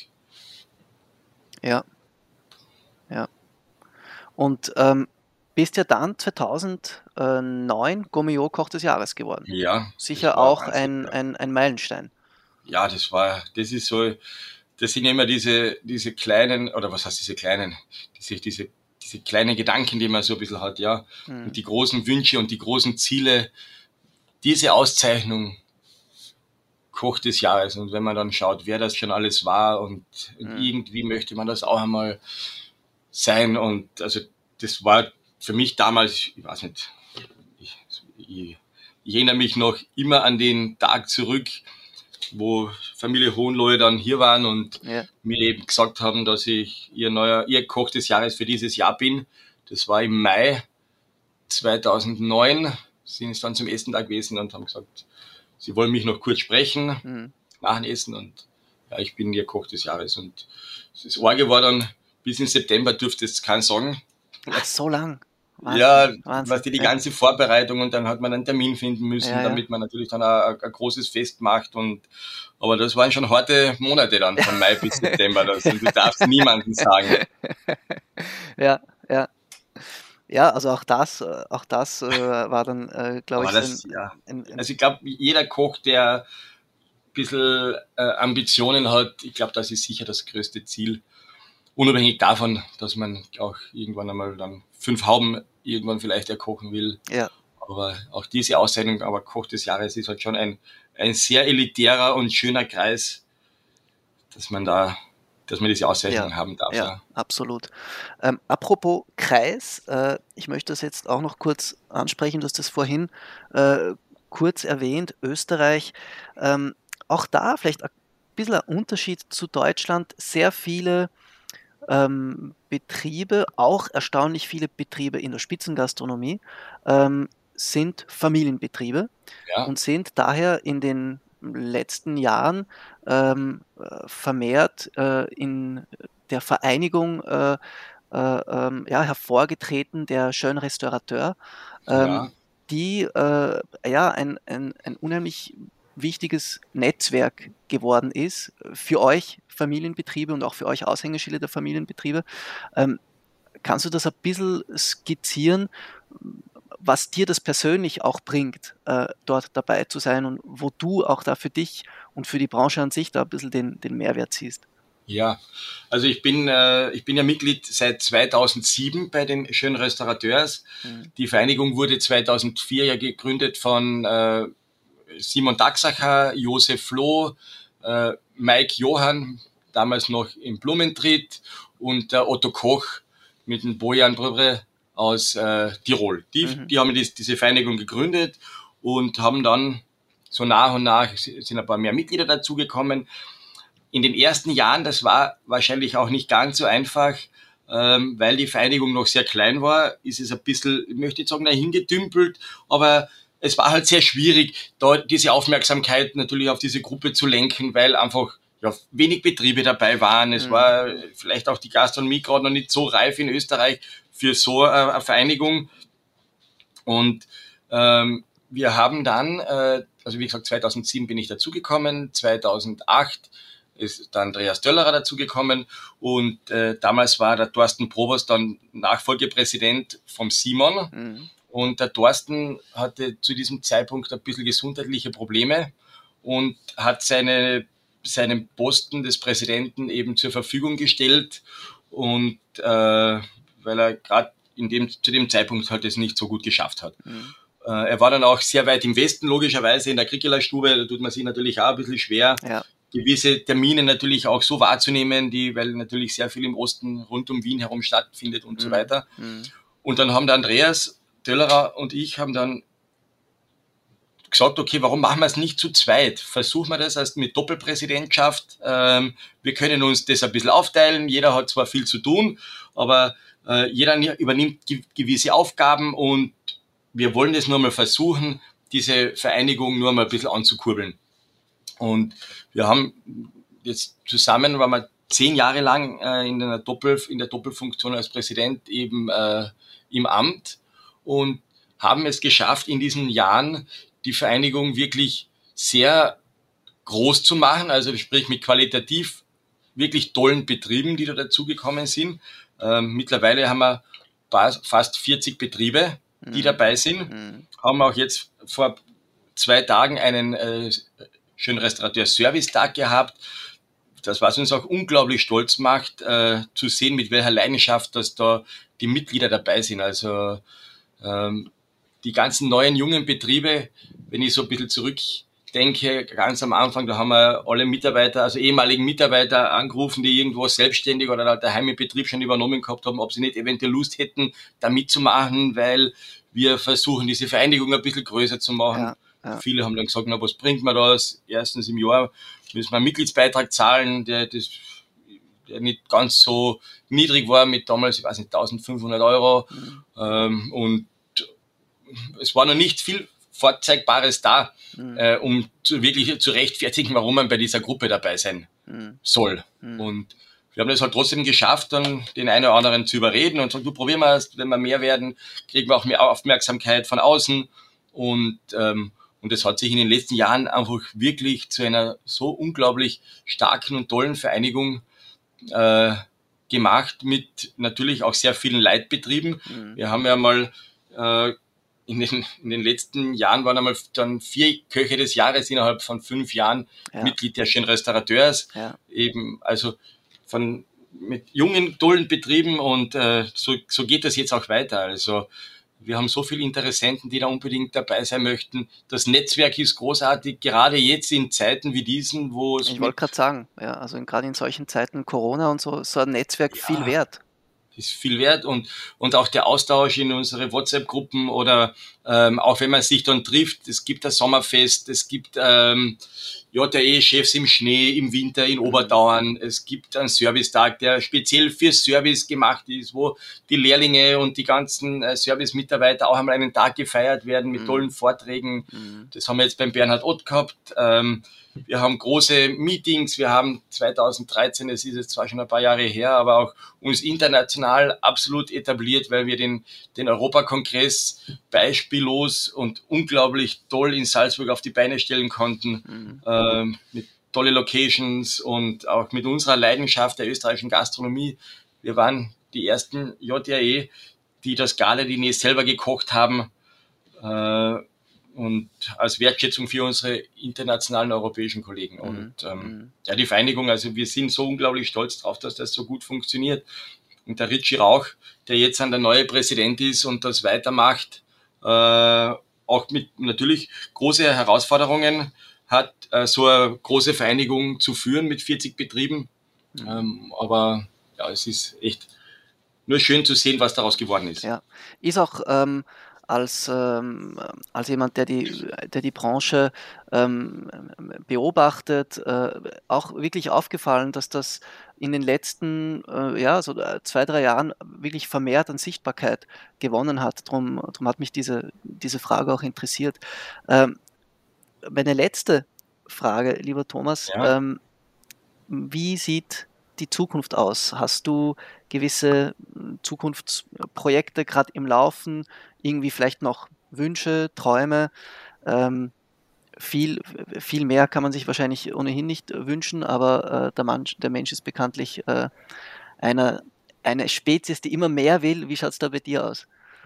Ja, ja. Und ähm, bist ja dann zweitausendneun Gourmillot-Koch des Jahres geworden. Ja. Sicher auch ein, ein, ein Meilenstein. Ja, das war, das ist so, das sind immer diese, diese kleinen, oder was heißt diese kleinen, diese, diese, diese kleinen Gedanken, die man so ein bisschen hat, ja. Mhm. Und die großen Wünsche und die großen Ziele, diese Auszeichnung, Koch des Jahres. Und wenn man dann schaut, wer das schon alles war und, und mhm. irgendwie möchte man das auch einmal sein. Und also das war für mich damals, ich weiß nicht, ich, ich, ich erinnere mich noch immer an den Tag zurück, wo Familie Hohenlohe dann hier waren und ja. mir eben gesagt haben, dass ich ihr neuer, ihr Koch des Jahres für dieses Jahr bin. Das war im Mai zweitausendneun, sind es dann zum ersten Tag gewesen und haben gesagt, sie wollen mich noch kurz sprechen, mhm. nach dem Essen, und ja, ich bin ihr Koch des Jahres. Und das Orge war dann, bis in September durfte es keinen sagen. Ach, so lang? Wahnsinn, ja, Wahnsinn, was die, die ja. ganze Vorbereitung und dann hat man einen Termin finden müssen, Ja, ja. damit man natürlich dann ein, ein großes Fest macht und aber das waren schon harte Monate dann, von Mai bis September. Das, und du darfst niemandem sagen. Ja, ja. Ja, also auch das, äh, auch das äh, war dann, äh, glaube Aber ich, das, ein, ja. ein, ein, Also ich glaube, jeder Koch, der ein bisschen äh, Ambitionen hat, ich glaube, das ist sicher das größte Ziel. Unabhängig davon, dass man auch irgendwann einmal dann fünf Hauben irgendwann vielleicht erkochen will. ja, Aber auch diese Auszeichnung, aber Koch des Jahres ist halt schon ein, ein sehr elitärer und schöner Kreis, dass man da, dass man diese Auszeichnung Ja, haben darf. ja, Ja. absolut. Ähm, apropos Kreis, äh, ich möchte das jetzt auch noch kurz ansprechen, du hast das vorhin äh, kurz erwähnt, Österreich. Ähm, auch da vielleicht ein bisschen ein Unterschied zu Deutschland, sehr viele ähm, Betriebe, auch erstaunlich viele Betriebe in der Spitzengastronomie, ähm, sind Familienbetriebe Ja. und sind daher in den letzten Jahren ähm, äh, vermehrt äh, in der Vereinigung äh, äh, ähm, ja, hervorgetreten, der Schönrestaurateur, ähm, Ja. die äh, ja, ein, ein, ein unheimlich wichtiges Netzwerk geworden ist für euch Familienbetriebe und auch für euch Aushängeschilder der Familienbetriebe. Ähm, kannst du das ein bisschen skizzieren, was dir das persönlich auch bringt, äh, dort dabei zu sein und wo du auch da für dich und für die Branche an sich da ein bisschen den, den Mehrwert siehst? Ja, also ich bin, äh, ich bin ja Mitglied seit zweitausendsieben bei den Schönrestaurateurs. Mhm. Die Vereinigung wurde zweitausendvier ja gegründet von äh, Simon Daxacher, Josef Floh, äh, Mike Johann, damals noch im Blumentritt und der Otto Koch mit dem Bojan Brübre aus äh, Tirol. Die, Mhm. die haben dies, diese Vereinigung gegründet und haben dann so nach und nach sind ein paar mehr Mitglieder dazugekommen. In den ersten Jahren, das war wahrscheinlich auch nicht ganz so einfach, ähm, weil die Vereinigung noch sehr klein war, ist es ein bisschen, ich möchte jetzt sagen, dahin gedümpelt, aber es war halt sehr schwierig, da diese Aufmerksamkeit natürlich auf diese Gruppe zu lenken, weil einfach ja, wenig Betriebe dabei waren. Es Mhm. war vielleicht auch die Gastronomie gerade noch nicht so reif in Österreich für so eine Vereinigung. Und ähm, wir haben dann, äh, also wie gesagt, zweitausendsieben bin ich dazugekommen, zweitausendacht ist der Andreas Döllerer dazugekommen und äh, damals war der Thorsten Provost dann Nachfolgepräsident vom Simon. Mhm. Und der Thorsten hatte zu diesem Zeitpunkt ein bisschen gesundheitliche Probleme und hat seine, seinen Posten des Präsidenten eben zur Verfügung gestellt. Und äh, weil er gerade in dem, zu dem Zeitpunkt halt es nicht so gut geschafft hat. Mhm. Äh, er war dann auch sehr weit im Westen, logischerweise in der Krickeler-Stube. Da tut man sich natürlich auch ein bisschen schwer, Ja. gewisse Termine natürlich auch so wahrzunehmen, die, weil natürlich sehr viel im Osten rund um Wien herum stattfindet und Mhm. so weiter. Mhm. Und dann haben der Andreas Döllerer und ich haben dann gesagt, okay, warum machen wir es nicht zu zweit? Versuchen wir das erst mit Doppelpräsidentschaft. Ähm, wir können uns das ein bisschen aufteilen. Jeder hat zwar viel zu tun, aber äh, jeder übernimmt ge- gewisse Aufgaben und wir wollen das nur mal versuchen, diese Vereinigung nur mal ein bisschen anzukurbeln. Und wir haben jetzt zusammen, waren wir zehn Jahre lang äh, in, einer Doppel, in der Doppelfunktion als Präsident eben äh, im Amt und haben es geschafft, in diesen Jahren die Vereinigung wirklich sehr groß zu machen, also sprich mit qualitativ wirklich tollen Betrieben, die da dazugekommen sind. Ähm, mittlerweile haben wir fast vierzig Betriebe, die Mhm. dabei sind. Mhm. Haben auch jetzt vor zwei Tagen einen äh, Schönrestaurateur-Service-Tag gehabt. Das, was uns auch unglaublich stolz macht, äh, zu sehen, mit welcher Leidenschaft, dass da die Mitglieder dabei sind. Also ähm, die ganzen neuen, jungen Betriebe, wenn ich so ein bisschen zurückdenke, ganz am Anfang, da haben wir alle Mitarbeiter, also ehemaligen Mitarbeiter angerufen, die irgendwo selbstständig oder daheim im Betrieb schon übernommen gehabt haben, ob sie nicht eventuell Lust hätten, da mitzumachen, weil wir versuchen, diese Vereinigung ein bisschen größer zu machen. Ja, ja. Viele haben dann gesagt, na, was bringt mir das? Erstens im Jahr müssen wir einen Mitgliedsbeitrag zahlen, der, das, der nicht ganz so niedrig war mit damals, ich weiß nicht, eintausendfünfhundert Euro. Mhm. Ähm, und es war noch nicht viel Vorzeigbares da, Mhm. äh, um zu, wirklich zu rechtfertigen, warum man bei dieser Gruppe dabei sein Mhm. soll. Mhm. Und wir haben das halt trotzdem geschafft, dann den einen oder anderen zu überreden und sagen, du, probier mal, wenn wir mehr werden, kriegen wir auch mehr Aufmerksamkeit von außen. Und ähm, und das hat sich in den letzten Jahren einfach wirklich zu einer so unglaublich starken und tollen Vereinigung äh, gemacht, mit natürlich auch sehr vielen Leitbetrieben. Mhm. Wir haben ja mal äh, in den, in den letzten Jahren waren einmal dann vier Köche des Jahres innerhalb von fünf Jahren ja. Mitglied der schönen Restaurateurs. Ja. Eben, also von mit jungen, tollen Betrieben und äh, so, so geht das jetzt auch weiter. Also wir haben so viele Interessenten, die da unbedingt dabei sein möchten. Das Netzwerk ist großartig, gerade jetzt in Zeiten wie diesen, wo es... Ich wollte gerade sagen, ja, also gerade in solchen Zeiten Corona und so, so ein Netzwerk ja, viel wert. Ist viel wert und und auch der Austausch in unsere WhatsApp-Gruppen oder ähm, auch wenn man sich dann trifft, es gibt das Sommerfest, es gibt ähm, J R E-Chefs im Schnee, im Winter in Oberdauern, es gibt einen Servicetag, der speziell für Service gemacht ist, wo die Lehrlinge und die ganzen äh, Service-Mitarbeiter auch einmal einen Tag gefeiert werden mit mhm. tollen Vorträgen. Mhm. Das haben wir jetzt beim Bernhard Ott gehabt. Ähm, Wir haben große Meetings, wir haben zweitausenddreizehn, es ist jetzt zwar schon ein paar Jahre her, aber auch uns international absolut etabliert, weil wir den, den Europakongress beispiellos und unglaublich toll in Salzburg auf die Beine stellen konnten, mhm. ähm, mit tolle Locations und auch mit unserer Leidenschaft der österreichischen Gastronomie. Wir waren die ersten J R E, die das Gala-Diner selber gekocht haben, äh, und als Wertschätzung für unsere internationalen europäischen Kollegen. Mhm. Und ähm, ja, die Vereinigung, also wir sind so unglaublich stolz drauf, dass das so gut funktioniert. Und der Richie Rauch, der jetzt dann der neue Präsident ist und das weitermacht, äh, auch mit natürlich große Herausforderungen hat, äh, so eine große Vereinigung zu führen mit vierzig Betrieben. Mhm. Ähm, aber ja, es ist echt nur schön zu sehen, was daraus geworden ist. Ja, ist auch... Ähm Als, ähm, als jemand, der die, der die Branche ähm, beobachtet, äh, auch wirklich aufgefallen, dass das in den letzten äh, ja, so zwei, drei Jahren wirklich vermehrt an Sichtbarkeit gewonnen hat. Darum drum hat mich diese, diese Frage auch interessiert. Ähm, meine letzte Frage, lieber Thomas, ja. ähm, wie sieht die Zukunft aus? Hast du gewisse Zukunftsprojekte gerade im Laufen, irgendwie vielleicht noch Wünsche, Träume? Ähm, viel, viel mehr kann man sich wahrscheinlich ohnehin nicht wünschen, aber äh, der, Mensch, der Mensch ist bekanntlich äh, eine, eine Spezies, die immer mehr will. Wie schaut es da bei dir aus?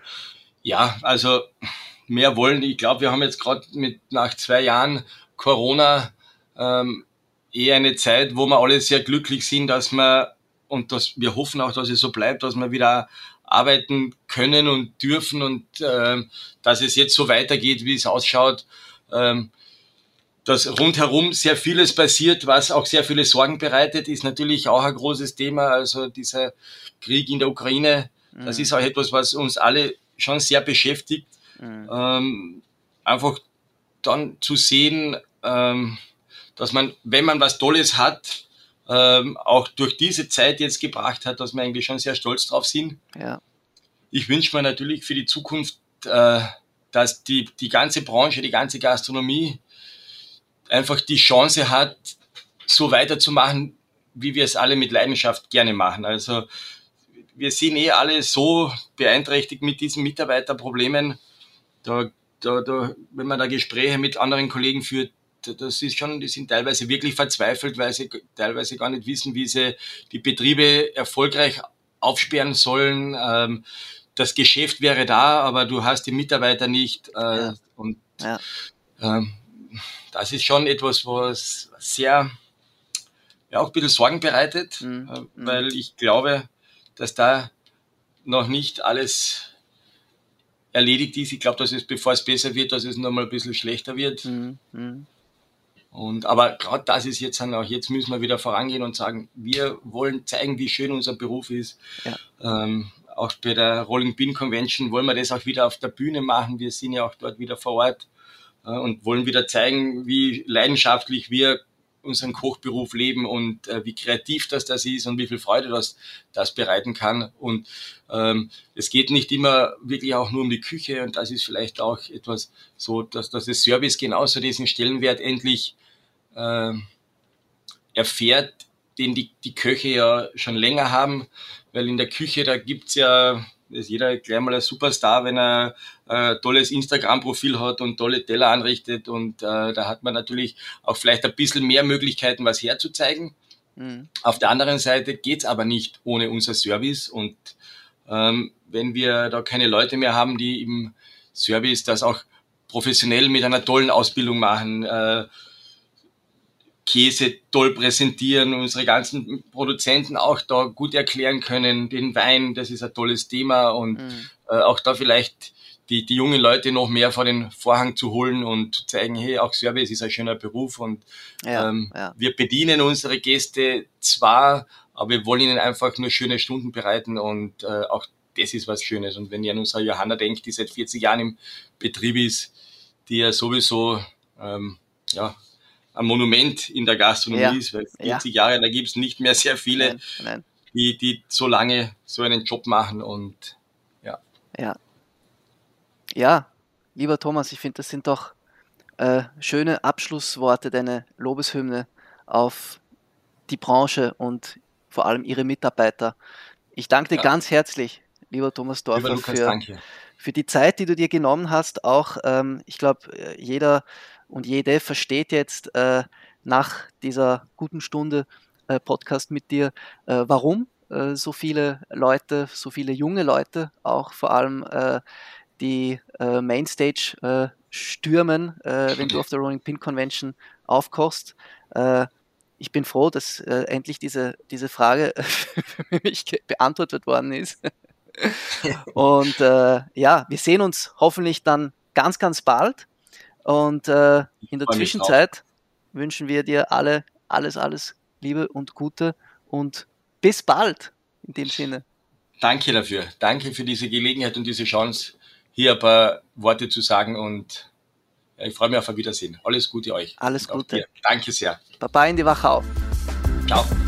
Ja, also mehr wollen. Ich glaube, wir haben jetzt gerade mit nach zwei Jahren Corona ähm, eher eine Zeit, wo wir alle sehr glücklich sind, dass wir, und das, wir hoffen auch, dass es so bleibt, dass wir wieder arbeiten können und dürfen und äh, dass es jetzt so weitergeht, wie es ausschaut, ähm, dass rundherum sehr vieles passiert, was auch sehr viele Sorgen bereitet, ist natürlich auch ein großes Thema. Also dieser Krieg in der Ukraine, mhm. das ist auch etwas, was uns alle schon sehr beschäftigt. Mhm. Ähm, einfach dann zu sehen, ähm, dass man, wenn man was Tolles hat, ähm, auch durch diese Zeit jetzt gebracht hat, dass wir eigentlich schon sehr stolz drauf sind. Ja. Ich wünsche mir natürlich für die Zukunft, äh, dass die, die ganze Branche, die ganze Gastronomie einfach die Chance hat, so weiterzumachen, wie wir es alle mit Leidenschaft gerne machen. Also wir sind eh alle so beeinträchtigt mit diesen Mitarbeiterproblemen. Da, da, da, wenn man da Gespräche mit anderen Kollegen führt, das ist schon, die sind teilweise wirklich verzweifelt, weil sie teilweise gar nicht wissen, wie sie die Betriebe erfolgreich aufsperren sollen. Ähm, das Geschäft wäre da, aber du hast die Mitarbeiter nicht. Äh, ja. Und ja. Ähm, das ist schon etwas, was sehr, ja, auch ein bisschen Sorgen bereitet, mhm. äh, weil ich glaube, dass da noch nicht alles erledigt ist. Ich glaube, dass es, bevor es besser wird, dass es noch mal ein bisschen schlechter wird. Mhm. Und, aber gerade das ist jetzt auch, jetzt müssen wir wieder vorangehen und sagen, wir wollen zeigen, wie schön unser Beruf ist. Ja. Ähm, auch bei der Rolling Bean Convention wollen wir das auch wieder auf der Bühne machen. Wir sind ja auch dort wieder vor Ort äh, und wollen wieder zeigen, wie leidenschaftlich wir unseren Kochberuf leben und äh, wie kreativ das das ist und wie viel Freude das das bereiten kann. Und ähm, es geht nicht immer wirklich auch nur um die Küche, und das ist vielleicht auch etwas so, dass, dass das Service genauso diesen Stellenwert endlich äh, erfährt den die, die Köche ja schon länger haben, weil in der Küche, da gibt's ja, ist jeder gleich mal ein Superstar, wenn er ein tolles Instagram-Profil hat und tolle Teller anrichtet, und äh, da hat man natürlich auch vielleicht ein bisschen mehr Möglichkeiten, was herzuzeigen. Mhm. Auf der anderen Seite geht's aber nicht ohne unser Service, und ähm, wenn wir da keine Leute mehr haben, die im Service das auch professionell mit einer tollen Ausbildung machen, äh, Käse toll präsentieren, unsere ganzen Produzenten auch da gut erklären können, den Wein, das ist ein tolles Thema, und mhm. äh, auch da vielleicht die, die jungen Leute noch mehr vor den Vorhang zu holen und zeigen, hey, auch Service ist ein schöner Beruf, und ja, ähm, ja. wir bedienen unsere Gäste zwar, aber wir wollen ihnen einfach nur schöne Stunden bereiten, und äh, auch das ist was Schönes. Und wenn ihr an unsere Johanna denkt, die seit vierzig Jahren im Betrieb ist, die ja sowieso ähm, ja ein Monument in der Gastronomie ja. ist, weil vierzig ja. Jahre, da gibt es nicht mehr sehr viele, nein, nein. Die, die so lange so einen Job machen, und ja. Ja, ja, lieber Thomas, ich finde, das sind doch äh, schöne Abschlussworte, deine Lobeshymne auf die Branche und vor allem ihre Mitarbeiter. Ich danke dir ja. ganz herzlich, lieber Thomas Dorfer, lieber Lukas, für, danke. für die Zeit, die du dir genommen hast. Auch, ähm, ich glaube, jeder und jede versteht jetzt äh, nach dieser guten Stunde äh, Podcast mit dir, äh, warum äh, so viele Leute, so viele junge Leute, auch vor allem äh, die äh, Mainstage äh, stürmen, äh, wenn du auf der Rolling Pin Convention aufkochst. Äh, ich bin froh, dass äh, endlich diese, diese Frage für mich beantwortet worden ist. Und äh, ja, wir sehen uns hoffentlich dann ganz, ganz bald. Und äh, in der Zwischenzeit wünschen wir dir alle alles, alles Liebe und Gute und bis bald in dem Sinne. Danke dafür. Danke für diese Gelegenheit und diese Chance, hier ein paar Worte zu sagen, und ja, ich freue mich auf ein Wiedersehen. Alles Gute euch. Alles Gute. Danke sehr. Baba in die Wachau. Ciao.